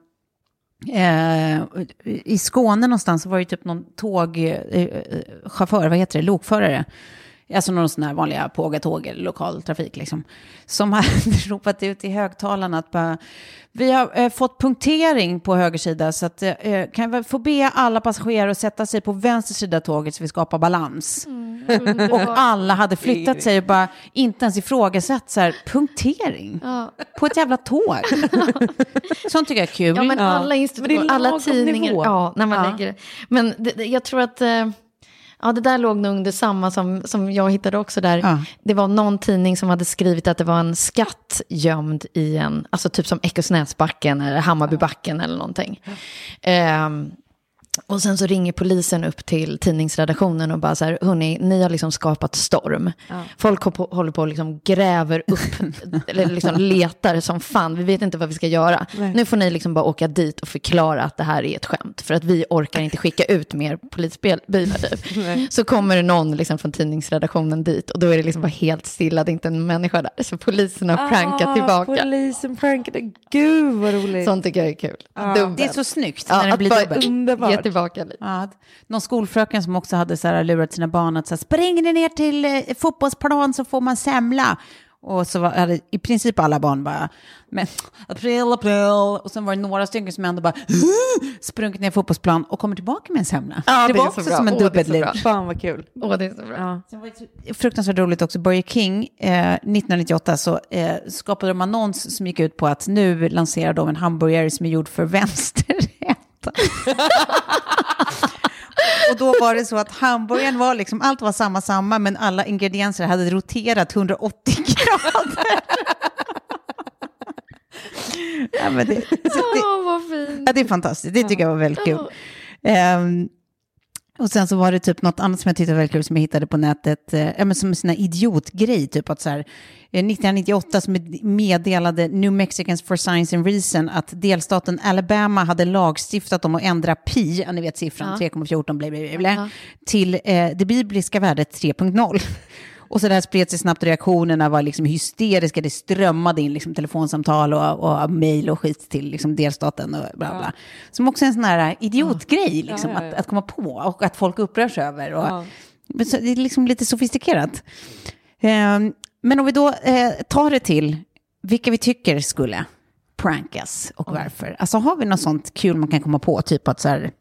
Eh, i Skåne någonstans så var det typ någon tågchaufför, eh, vad heter det, lokförare, alltså någon sån här vanliga pågatåg eller lokaltrafik liksom, som hade ropat ut i högtalarna att bara, vi har eh, fått punktering på höger sida, så att, eh, kan vi få be alla passagerare att sätta sig på vänster sida av tåget så vi skapar balans. Mm, och alla hade flyttat sig och bara inte ens ifrågasatt så här, punktering ja. på ett jävla tåg. Sånt tycker jag är kul. Ja, men alla institutioner, alla tidningar, ja, när man ja. lägger det. Men det, jag tror att eh, ja, det där låg nog under samma som, som jag hittade också där. Ja. Det var någon tidning som hade skrivit att det var en skatt gömd i en, alltså typ som Ekersnäsbacken eller Hammarbybacken ja. eller någonting. Ja. Um, och sen så ringer polisen upp till tidningsredaktionen och bara så här, hörni, ni har liksom skapat storm. Ja. Folk på, håller på och liksom gräver upp, eller liksom letar som fan, vi vet inte vad vi ska göra. Nej. Nu får ni liksom bara åka dit och förklara att det här är ett skämt. För att vi orkar inte skicka ut mer polisbilar typ. Så kommer det någon liksom från tidningsredaktionen dit och då är det liksom bara helt stilla, det är inte en människa där. Så polisen har prankat ah, tillbaka. Polisen prankade, gud vad roligt. Sånt tycker jag är kul. Ah. Det är så snyggt när ja, det blir dubbelt. Underbart. Tillbaka lite. Ja, någon skolfröken som också hade så här lurat sina barn att så här, spring ner till eh, fotbollsplan så får man semla. Och så var, hade i princip alla barn bara, men april, april. Och sen var det några stycken som ändå bara sprungit ner fotbollsplan och kommer tillbaka med en semla. Ja, det, det var också bra. som en dubbelliv. Fan vad kul. Åh, det är så bra. Ja. Sen var det fruktansvärt roligt också. Burger King eh, nittonhundranittioåtta så eh, skapade de annons som gick ut på att nu lanserar de en hamburgare som är gjord för vänsterrätt. Och då var det så att hamburgaren var liksom, allt var samma samma, men alla ingredienser hade roterat hundraåttio grader. Ja, men det, så det, Åh, vad fint. ja, det är fantastiskt, det tycker jag var väldigt kul. Um, och sen så var det typ något annat som jag tyckte var väldigt kul som jag hittade på nätet, eh, ja, men som en sån här idiotgrej, typ att så här, eh, nittonhundranittioåtta som meddelade New Mexicans for Science and Reason att delstaten Alabama hade lagstiftat om att ändra pi, ja, ni vet siffran, Ja. tre komma fjorton bla, bla, bla, bla, Ja. till eh, det bibliska värdet tre punkt noll. Och så där spred sig snabbt, reaktionerna var liksom hysteriska, det strömmade in liksom telefonsamtal och, och mejl och skit till liksom delstaten och bla bla. Ja. Som också är en sån här idiotgrej liksom, ja, ja, ja. Att, att komma på och att folk upprörs över. Och, ja. Så det är liksom lite sofistikerat. Um, men om vi då eh, tar det till vilka vi tycker skulle prankas och mm. varför. Alltså har vi något sånt kul man kan komma på, typ att så här...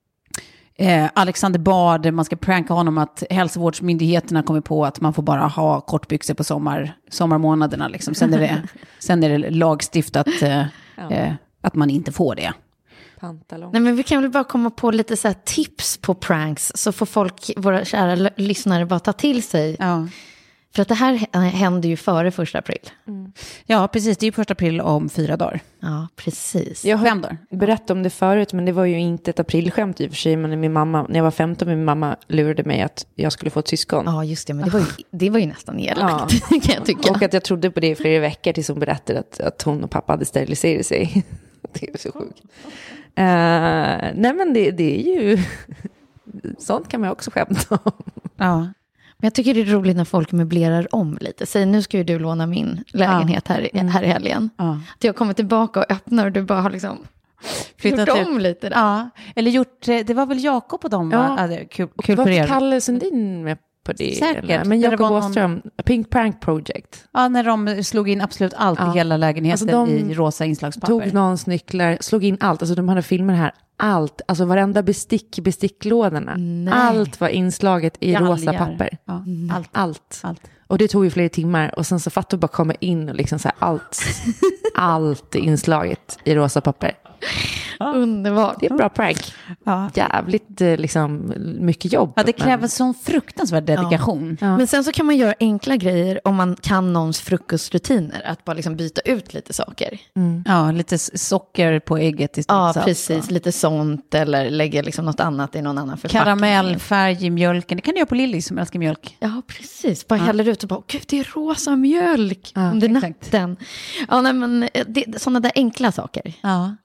Eh, Alexander Bard, man ska pranka honom att hälsovårdsmyndigheterna kommer på att man får bara ha kortbyxor på sommar, sommarmånaderna. Liksom. Sen, är det, sen är det lagstiftat eh, ja. eh, att man inte får det. Pantalong. Nej, men vi kan väl bara komma på lite så här tips på pranks så får folk, våra kära l- lyssnare, bara ta till sig. Ja. För att det här händer ju före första april. Mm. Ja, precis. Det är ju första april om fyra dagar. Ja, precis. Jag har berättat om det förut, men det var ju inte ett aprilskämt i och för sig. Men min mamma, när jag var femton, min mamma lurade mig att jag skulle få ett syskon. Ja, just det. Men det var ju, det var ju nästan elakt, ja. Kan jag tycka. Och att jag trodde på det i flera veckor tills hon berättade att, att hon och pappa hade steriliserat sig. Det är så sjukt. Uh, nej, men det, det är ju... Sånt kan man också skämta om. Ja. Men jag tycker det är roligt när folk möblerar om lite. Säg, nu ska ju du låna min lägenhet här, mm. här i helgen. Ja. Att jag kommer tillbaka och öppnar och du bara har liksom flyttat gjort om lite. Där. Ja, eller gjort, det var väl Jakob och dem, ja. Va? Ja, kul, kul var för er. Kalle Sundin med på det? Säkert. Eller? Men Jakob Åström, någon... Pink Prank Project. Ja, när de slog in absolut allt ja. I hela lägenheten alltså i rosa inslagspapper. Tog någons nycklar, slog in allt. Alltså de hade filmer här. Allt, alltså varenda bestick, besticklådorna. Nej. Allt var inslaget i Gallier. Rosa papper. Ja. Mm. Allt. allt. Allt. Och det tog ju flera timmar. Och sen så fattade bara komma in och liksom så här allt. allt inslaget i rosa papper. Ja. Underbart. Det är en bra prank. Ja. Jävligt liksom mycket jobb. Ja, det kräver men... sån fruktansvärd dedikation. Ja. Ja. Men sen så kan man göra enkla grejer om man kan någons frukostrutiner. Att bara liksom byta ut lite saker. Mm. Ja, lite socker på ägget istället. Ja, precis. Lite sånt eller lägga liksom något annat i någon annan förpackning. Karamellfärg i mjölken. Det kan du göra på Lilly som älskar mjölk. Ja, precis. Bara ja. Häller ut och bara, gud, det är rosa mjölk. Ja, under natten. Ja, nej, men det, sådana där enkla saker. Ja.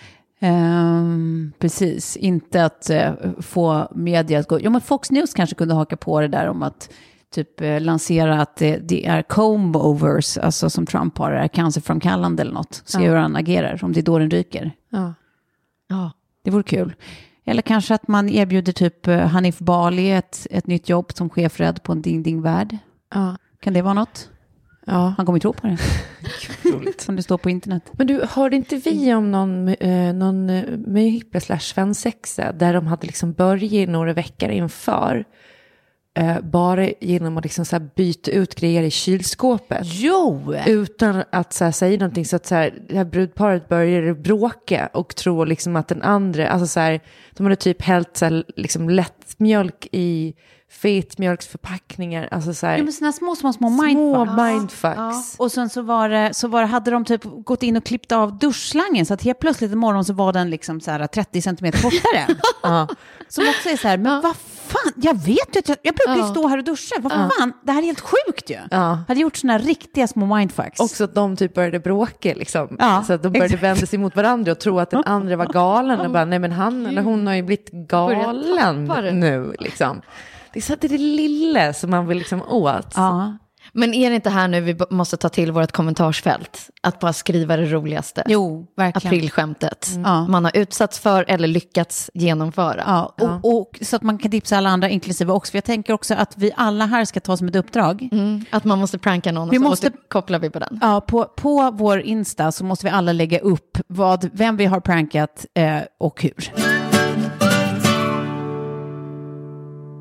Um, precis, inte att uh, få media att gå... Jo, men Fox News kanske kunde haka på det där om att typ uh, lansera att det, det är comb-overs, alltså som Trump har, är cancerframkallande eller något. Se ja. Hur han agerar, om det är då den ryker. Ja. Ja, det vore kul. Eller kanske att man erbjuder typ uh, Hanif Bali ett, ett nytt jobb som chefred på en ding-ding-värld. Ja. Kan det vara något? Ja. Han kommer ju tro på det. Som det står på internet. Men du, hörde inte vi om någon, eh, någon möhippa slash svensexa där de hade liksom börjat några veckor inför eh, bara genom att liksom så här byta ut grejer i kylskåpet. Jo! Utan att så här säga någonting, så att så här, det här brudparet började bråka och tro liksom att den andra, alltså så här, de hade typ hällt så här, liksom lättmjölk i fetmjölksförpackningar, alltså så här, jo, men såna små, små, små mindfucks. Små mindfucks. Ja. Och sen så var det, så var det, hade de typ gått in och klippt av duschslangen så att helt plötsligt imorgon så var den liksom så här trettio centimeter kortare. Ja. Som också är så här, men vad fan, jag vet ju att jag, jag brukar ju ja. Stå här och duscha, vad ja. Fan, det här är helt sjukt ju. Ja. Hade gjort såna riktiga små mindfucks. Också att de typ började bråka liksom. Ja. Så att de började vända sig mot varandra och tro att den andra var galen och bara, nej men han eller hon har ju blivit galen nu liksom. Det är så att det är det lilla som man vill liksom åt. Ja. Men är det inte här nu vi måste ta till vårt kommentarsfält? Att bara skriva det roligaste. Jo, verkligen. Aprilskämtet. Mm. Ja. Man har utsatts för eller lyckats genomföra. Ja, och, ja. Och så att man kan tipsa alla andra, inklusive också. För jag tänker också att vi alla här ska ta som ett uppdrag. Mm. Att man måste pranka någon och vi så måste, kopplar vi på den. Ja, på, på vår Insta så måste vi alla lägga upp vad, vem vi har prankat eh, och hur.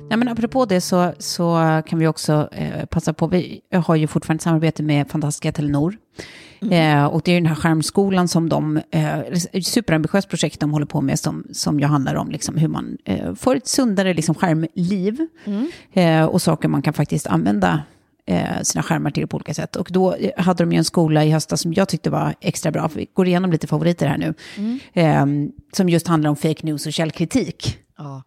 Ja, men apropå det så, så kan vi också eh, passa på, vi har ju fortfarande ett samarbete med fantastiska Telenor. Mm. Eh, och det är ju den här skärmskolan som de, eh, superambitiöst projekt de håller på med som, som ju handlar om liksom hur man eh, får ett sundare liksom skärmliv. Mm. Eh, och saker man kan faktiskt använda eh, sina skärmar till på olika sätt. Och då hade de ju en skola i höstas som jag tyckte var extra bra. Vi går igenom lite favoriter här nu. Mm. Eh, som just handlar om fake news och källkritik. Ja.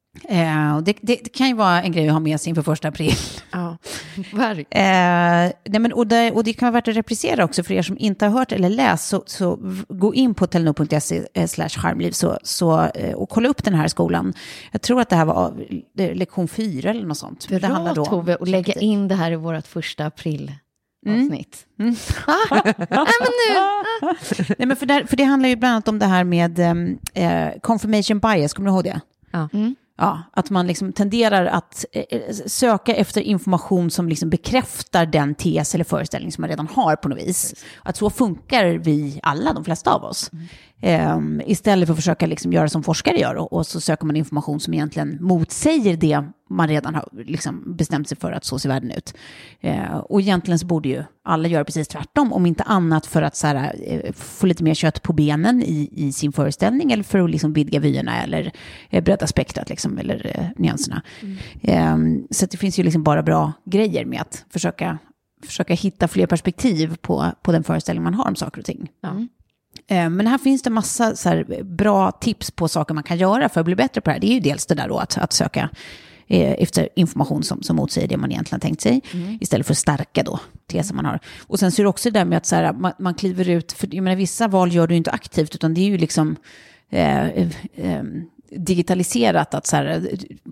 Eh, och det, det, det kan ju vara en grej att ha med sig inför första april. Ja, verkligen. Eh, nej men, och, det, och det kan vara värt att reprisera också för er som inte har hört eller läst. Så, så gå in på telenor punkt se slash skärmliv så, så, eh, och kolla upp den här skolan. Jag tror att det här var det, lektion fyra eller något sånt. Bra, det handlar då Tove, och lägga in det här i vårt första april. Avsnitt. Mm. Mm. Ah, nej, men nu. Ah. Nej, men för, där, för det handlar ju bland annat om det här med eh, confirmation bias. Kommer du ihåg det? Ja. Mm. Ja, att man liksom tenderar att eh, söka efter information som liksom bekräftar den tes eller föreställning som man redan har på något vis. Att så funkar vi alla, de flesta av oss. Mm. Eh, istället för att försöka liksom göra som forskare gör och, och så söker man information som egentligen motsäger det man redan har liksom bestämt sig för att så ser världen ut. Eh, och egentligen så borde ju alla göra precis tvärtom, om inte annat för att så här, eh, få lite mer kött på benen i, i sin föreställning eller för att liksom vidga vyerna eller eh, bredda spektrat liksom, eller eh, nyanserna. Mm. Eh, så att det finns ju liksom bara bra grejer med att försöka, försöka hitta fler perspektiv på, på den föreställning man har om saker och ting. Mm. Men här finns det massa så här bra tips på saker man kan göra för att bli bättre på det här. Det är ju dels det där då att, att söka eh, efter information som, som motsäger det man egentligen tänkt sig. Mm. Istället för att stärka då teser man har. Och sen så är det också det där med att så här, man, man kliver ut, för jag menar, vissa val gör du inte aktivt utan det är ju liksom eh, eh, digitaliserat att så här,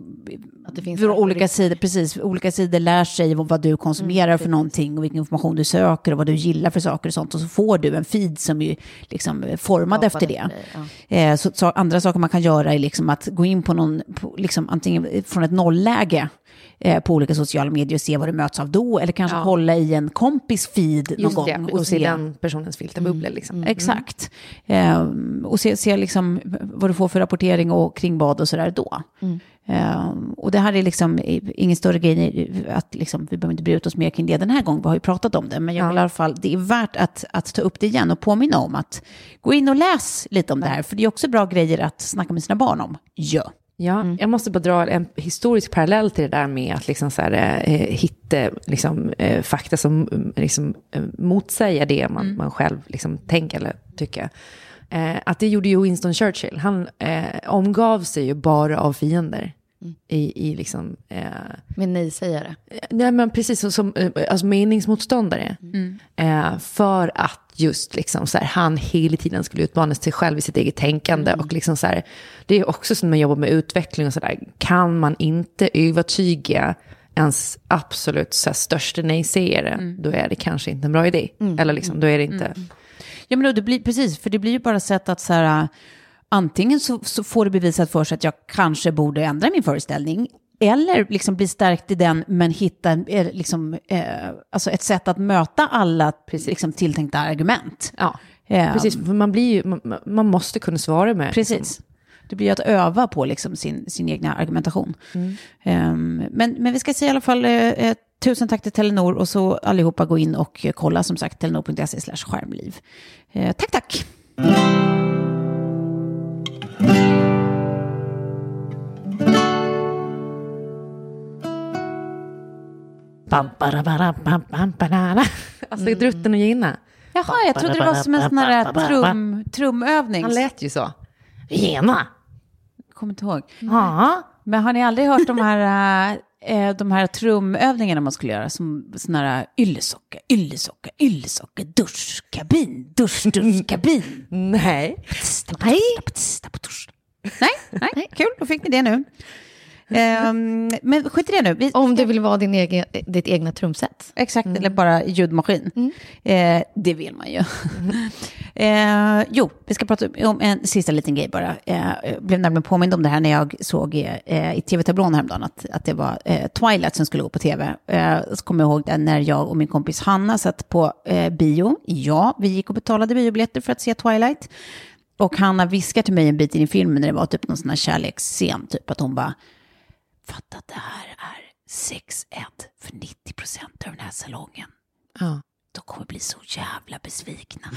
att det finns olika sidor, precis, olika sidor lär sig vad du konsumerar mm, för någonting och vilken information du söker och vad du gillar för saker och sånt, och så får du en feed som är liksom formad efter det. Ja. Eh, så, så andra saker man kan göra är liksom att gå in på någon, på, liksom antingen från ett nollläge eh, på olika sociala medier och se vad du möts av då, eller kanske ja. hålla i en kompis feed någon Just gång det, och, och se den personens filterbubblor mm. liksom. Mm. Exakt. Eh, och se, se liksom vad du får för rapportering och kring vad och sådär då. Mm. Uh, och det här är liksom ingen större grej att liksom, vi behöver inte bry oss mer kring det den här gången, vi har ju pratat om det, men jag vill ja. i alla fall, det är värt att, att ta upp det igen och påminna om att gå in och läs lite om det här, för det är också bra grejer att snacka med sina barn om. Ja. Ja, mm. jag måste bara dra en historisk parallell till det där med att liksom så här, eh, hitta liksom, eh, fakta som liksom, eh, motsäger det man, mm. man själv liksom, tänker eller tycker. Eh, att det gjorde ju Winston Churchill. Han eh, omgav sig ju bara av fiender. Mm. I, i liksom... Eh, med nej-sägare. Nej, men precis som, som alltså meningsmotståndare. Mm. Eh, för att just liksom så här, han hela tiden skulle utmana sig själv i sitt eget tänkande. Mm. Och liksom så här, det är också som man jobbar med utveckling och sådär. Kan man inte övertyga ens absolut så här, största nej-sägare, mm. då är det kanske inte en bra idé. Mm. Eller liksom, då är det inte... Mm. Ja, men då, det blir, precis, för det blir ju bara sätt att så här, antingen så, så får det bevisat för sig att jag kanske borde ändra min föreställning, eller liksom bli stärkt i den, men hitta liksom, eh, alltså ett sätt att möta alla liksom, tilltänkta argument. Ja, eh, precis, för man, blir ju, man, man måste kunna svara med. Precis. Liksom. Det blir att öva på liksom, sin, sin egna argumentation. Mm. Um, men, men vi ska säga i alla fall eh, tusen tack till Telenor, och så allihopa gå in och kolla som sagt telenor punkt se slash skärmliv. Eh, tack, tack! Alltså drutten och Gina. Jaha, jag trodde det var som en sån här trum, trumövning. Han lät ju så. Gina! Kommer inte ihåg. Ja. Men har ni aldrig hört de här, äh, de här trumövningarna man skulle göra? Som sån här yllesocka, yllesocka, yllesocka, dusch, kabin, dusch, dusch, kabin. Nej. Nej. Nej, nej, kul, då fick ni det nu. Um, men skit i det nu. Vi, Om du vill vara din egen, ditt egna trumset. Exakt, mm. eller bara ljudmaskin. Mm. Eh, det vill man ju. eh, jo, vi ska prata om en sista liten grej bara. Eh, jag blev nämligen påmind om det här när jag såg eh, i tv-tablån häromdagen att, att det var eh, Twilight som skulle gå på tv. Eh, så kommer jag ihåg det när jag och min kompis Hanna satt på eh, bio. Ja, vi gick och betalade biobiljetter för att se Twilight. Och Hanna viskade till mig en bit in i filmen när det var typ någon sån här kärleksscen. Typ att hon bara... fatta att det här är sex-ed för nittio procent av den här salongen. Ja. De kommer bli så jävla besvikna.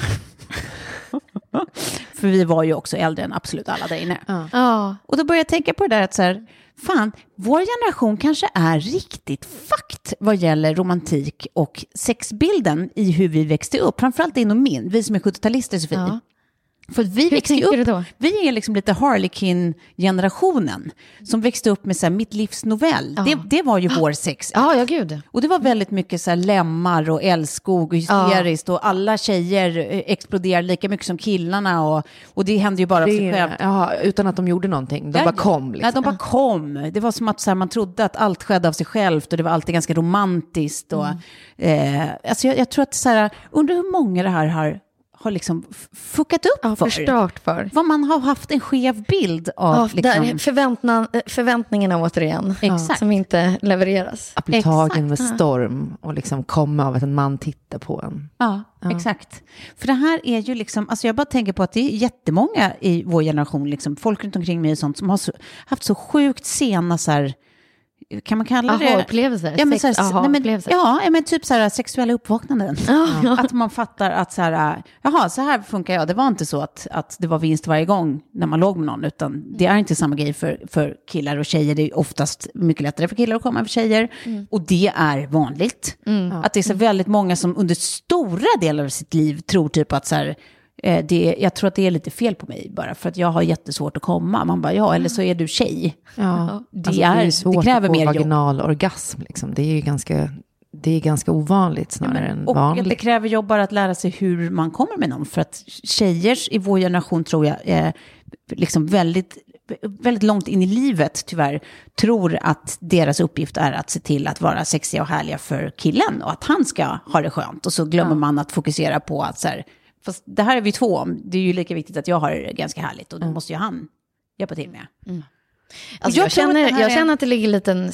För vi var ju också äldre än absolut alla där inne. Ja. Ja. Och då började jag tänka på det där att så här, fan, vår generation kanske är riktigt fucked vad gäller romantik och sexbilden i hur vi växte upp. Framförallt din och min, vi som är sjuttio-talister, Sofie. Ja. För vi Hur växte tänker upp, du då? vi är liksom lite Harlequin-generationen som växte upp med så här, Mitt livs novell. Ja. Det, det var ju vår sex. Ja, ja, gud. Och det var väldigt mycket så här lemmar och älskog och hysteriskt. Och alla tjejer eh, exploderade lika mycket som killarna. Och, och det hände ju bara av sig själv. Det, ja, utan att de gjorde någonting. De Ja, bara kom. Liksom. Nej, de bara kom. Det var som att så här, man trodde att allt skedde av sig självt. Och det var alltid ganska romantiskt. Och, Mm. eh, alltså jag, jag tror att så här, undrar hur många det här har, har liksom f- fuckat upp Ja, för. förstört för. Vad man har haft en skev bild av. Ja, liksom. där, förväntna, förväntningarna återigen. Exakt. Som inte levereras. Att bli tagen med Exakt. storm och liksom komma av att en man tittar på en. Ja, Ja. exakt. För det här är ju liksom, alltså jag bara tänker på att det är jättemånga i vår generation, liksom, folk runt omkring mig och sånt, som har så, haft så sjukt sena så här, kan man kalla det? Aha-upplevelser. Ja, men, så Sex, här, nej, men, aha-upplevelser. ja, men typ så här sexuella uppvaknanden. Ja, ja. Att man fattar att så här, jaha, så här funkar jag. Det var inte så att, att det var vinst varje gång när man låg med någon, utan det är inte samma grej för, för killar och tjejer. Det är oftast mycket lättare för killar att komma än för tjejer. Mm. Och det är vanligt. Mm. Att det är så väldigt många som under stora delar av sitt liv tror typ att så här, eh, det, jag tror att det är lite fel på mig bara, för att jag har jättesvårt att komma. Man bara, ja, eller så är du tjej. Ja. Det, Alltså, är, det är svårt det kräver att få mer jobb. vaginal orgasm. Liksom. Det är ju ganska, det är ganska ovanligt snarare Ja, men, än och vanligt. det kräver jobb bara att lära sig hur man kommer med någon. För att tjejer i vår generation tror jag är liksom väldigt, väldigt långt in i livet tyvärr tror att deras uppgift är att se till att vara sexiga och härliga för killen och att han ska ha det skönt. Och så glömmer ja. man att fokusera på att så här, fast det här är vi två om. Det är ju lika viktigt att jag har det ganska härligt och då mm. måste ju han hjälpa till med. Mm. Alltså jag, jag, känner, jag är... känner att det ligger en liten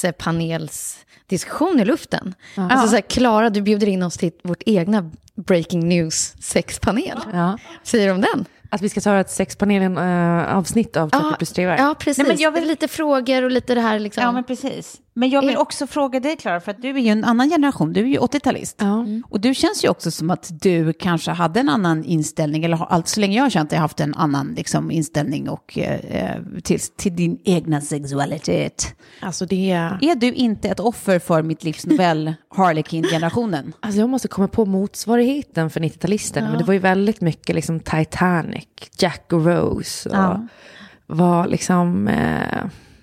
sexpanelsdiskussion i luften. Ja. Alltså så här, Klara, du bjuder in oss till vårt egna breaking news sexpanel. Ja. Säger du om den? Att vi ska ta ett sexpanelen äh, avsnitt av trettio plus tre. Ja, precis. Nej, men jag vill lite frågor och lite det här liksom. Ja, men precis. Men jag vill också fråga dig, Klara, för att du är ju en annan generation. Du är ju åttiotalist. Ja. Mm. Och du känns ju också som att du kanske hade en annan inställning, eller allt så länge jag har känt att jag har haft en annan liksom, inställning och, eh, till, till din egna sexualitet. Alltså det... Är du inte ett offer för Mitt livs novell Harlequin-generationen? Alltså jag måste komma på motsvarigheten för nittio-talisterna. Ja. Men det var ju väldigt mycket liksom Titanic, Jack och Rose. Och ja. var liksom... Eh,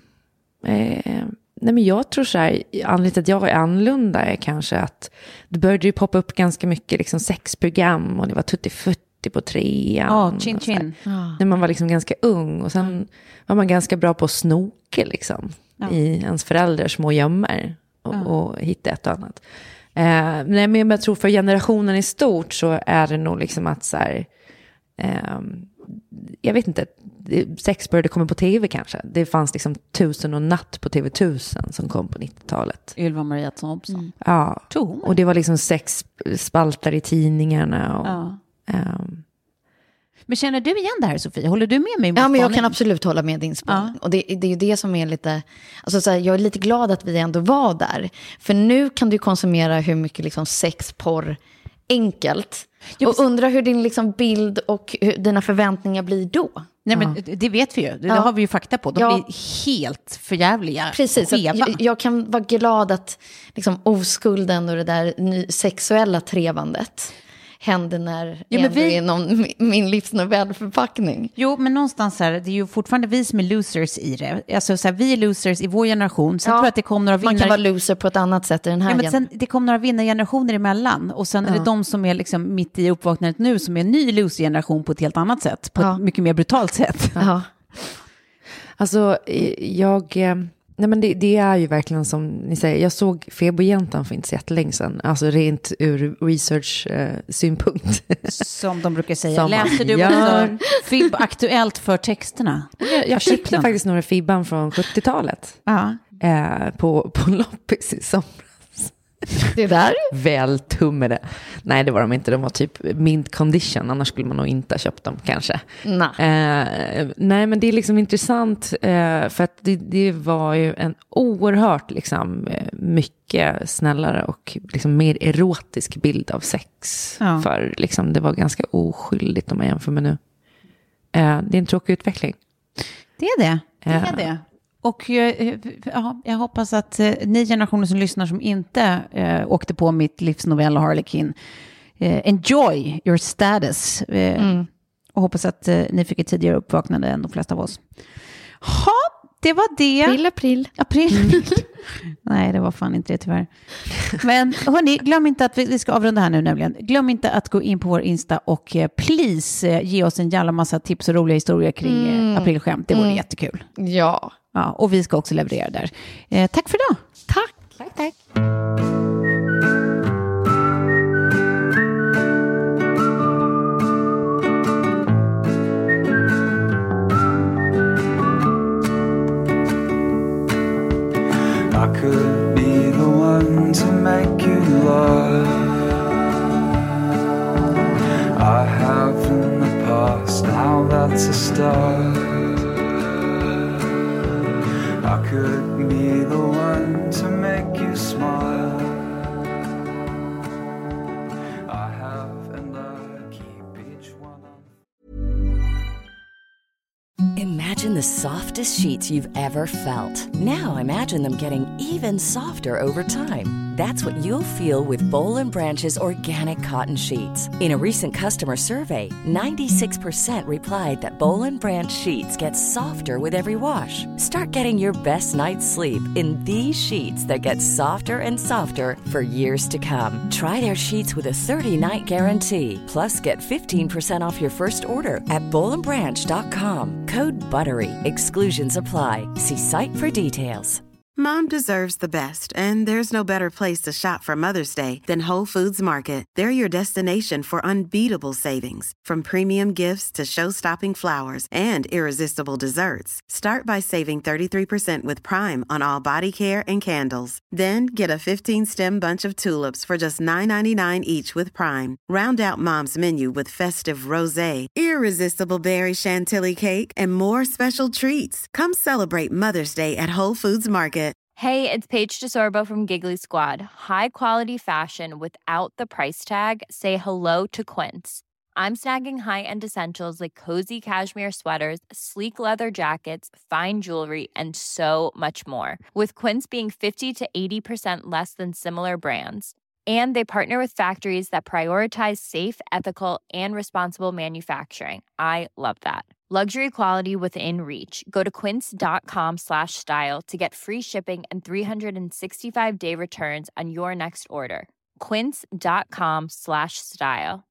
eh, nej men jag tror så här, anledningen till att jag är annorlunda är kanske att det började ju poppa upp ganska mycket liksom sexprogram och det var tutti-futti på trean. Ja, chin chin. Ja. När man var liksom ganska ung och sen var man ganska bra på att snoka liksom ja. i ens föräldrars små gömmor och, ja. och hitta ett och annat. Eh, nej men jag tror för generationen i stort så är det nog liksom att så här, eh, jag vet inte, sex började komma på tv kanske. Det fanns liksom Tusen och natt på T V tusen som kom på nittiotalet. Ylva Maria Thompson. Mm. Ja, och det var liksom sex spaltar i tidningarna. Och, ja. um... Men känner du igen det här, Sofie? Håller du med mig? Ja, men jag kan absolut hålla med din spaning. Ja. Och det, det är ju det som är lite... Alltså så här, jag är lite glad att vi ändå var där. För nu kan du konsumera hur mycket liksom sexporr enkelt. Och undra hur din liksom bild och hur dina förväntningar blir då. Nej, men ja. det vet vi ju. Det ja. har vi ju fakta på. De ja. blir helt förjävliga. Precis. Jag, jag kan vara glad att liksom, oskulden och det där ny, sexuella trevandet hände när ja, men vi... är någon, min livsnovellförpackning. Jo, men någonstans här, det är ju fortfarande vi som är losers i det. Alltså så här, vi är losers i vår generation. Sen ja, tror jag att det kom några vinnare... Man kan vara loser på ett annat sätt i den här. Ja, men sen, det kom några vinnargenerationer emellan. Och sen ja. är det de som är liksom mitt i uppvaknandet nu som är en ny loser-generation på ett helt annat sätt. På ja. ett mycket mer brutalt sätt. Ja. Alltså, jag... Nej men det, det är ju verkligen som ni säger, jag såg Febojäntan för inte så jättelänge sedan, alltså rent ur research-synpunkt. Eh, som de brukar säga. Som läser du också Fib aktuellt för texterna? Jag, jag köpte faktiskt några Fibban från sjuttiotalet ja. eh, på, på loppis i somras. Det där? Väl tummade. Nej, det var de inte. De var typ mint condition. Annars skulle man nog inte ha köpt dem kanske. Nej. Eh, nej, men det är liksom intressant. Eh, för att det, det var ju en oerhört liksom, mycket snällare och liksom mer erotisk bild av sex. Ja. För liksom, det var ganska oskyldigt om man jämför med nu. Eh, det är en tråkig utveckling. Det är det. Det är det. Och ja, jag hoppas att eh, ni generationer som lyssnar som inte eh, åkte på mitt livsnovell Harlequin eh, enjoy your status. Eh, mm. Och hoppas att eh, ni fick ett tidigare uppvaknande än de flesta av oss. Ha, det var det. April, april. April. Mm. Nej, det var fan inte det tyvärr. Men hörni, glöm inte att vi, vi ska avrunda här nu nämligen. Glöm inte att gå in på vår Insta och eh, please eh, ge oss en jävla massa tips och roliga historier kring mm. eh, aprilskämt. Det vore mm. jättekul. Ja. Ja, och vi ska också leverera där. Eh, tack för idag. Tack. Tack, tack. I could be the one to make you love. I have in the past, now that's a start. I could be the one to make you smile. I have and I keep each one on. Imagine the softest sheets you've ever felt. Now imagine them getting even softer over time. That's what you'll feel with Boll and Branch's organic cotton sheets. In a recent customer survey, ninety-six percent replied that Boll and Branch sheets get softer with every wash. Start getting your best night's sleep in these sheets that get softer and softer for years to come. Try their sheets with a thirty-night guarantee. Plus, get fifteen percent off your first order at boll and branch dot com. Code BUTTERY. Exclusions apply. See site for details. Mom deserves the best, and there's no better place to shop for Mother's Day than Whole Foods Market. They're your destination for unbeatable savings, from premium gifts to show-stopping flowers and irresistible desserts. Start by saving thirty-three percent with Prime on all body care and candles. Then get a fifteen-stem bunch of tulips for just nine ninety-nine each with Prime. Round out Mom's menu with festive rosé, irresistible berry chantilly cake, and more special treats. Come celebrate Mother's Day at Whole Foods Market. Hey, it's Paige DeSorbo from Giggly Squad. High quality fashion without the price tag. Say hello to Quince. I'm snagging high-end essentials like cozy cashmere sweaters, sleek leather jackets, fine jewelry, and so much more. With Quince being fifty to eighty percent less than similar brands. And they partner with factories that prioritize safe, ethical, and responsible manufacturing. I love that. Luxury quality within reach. Go to quince.com slash style to get free shipping and three sixty-five day returns on your next order. Quince.com slash style.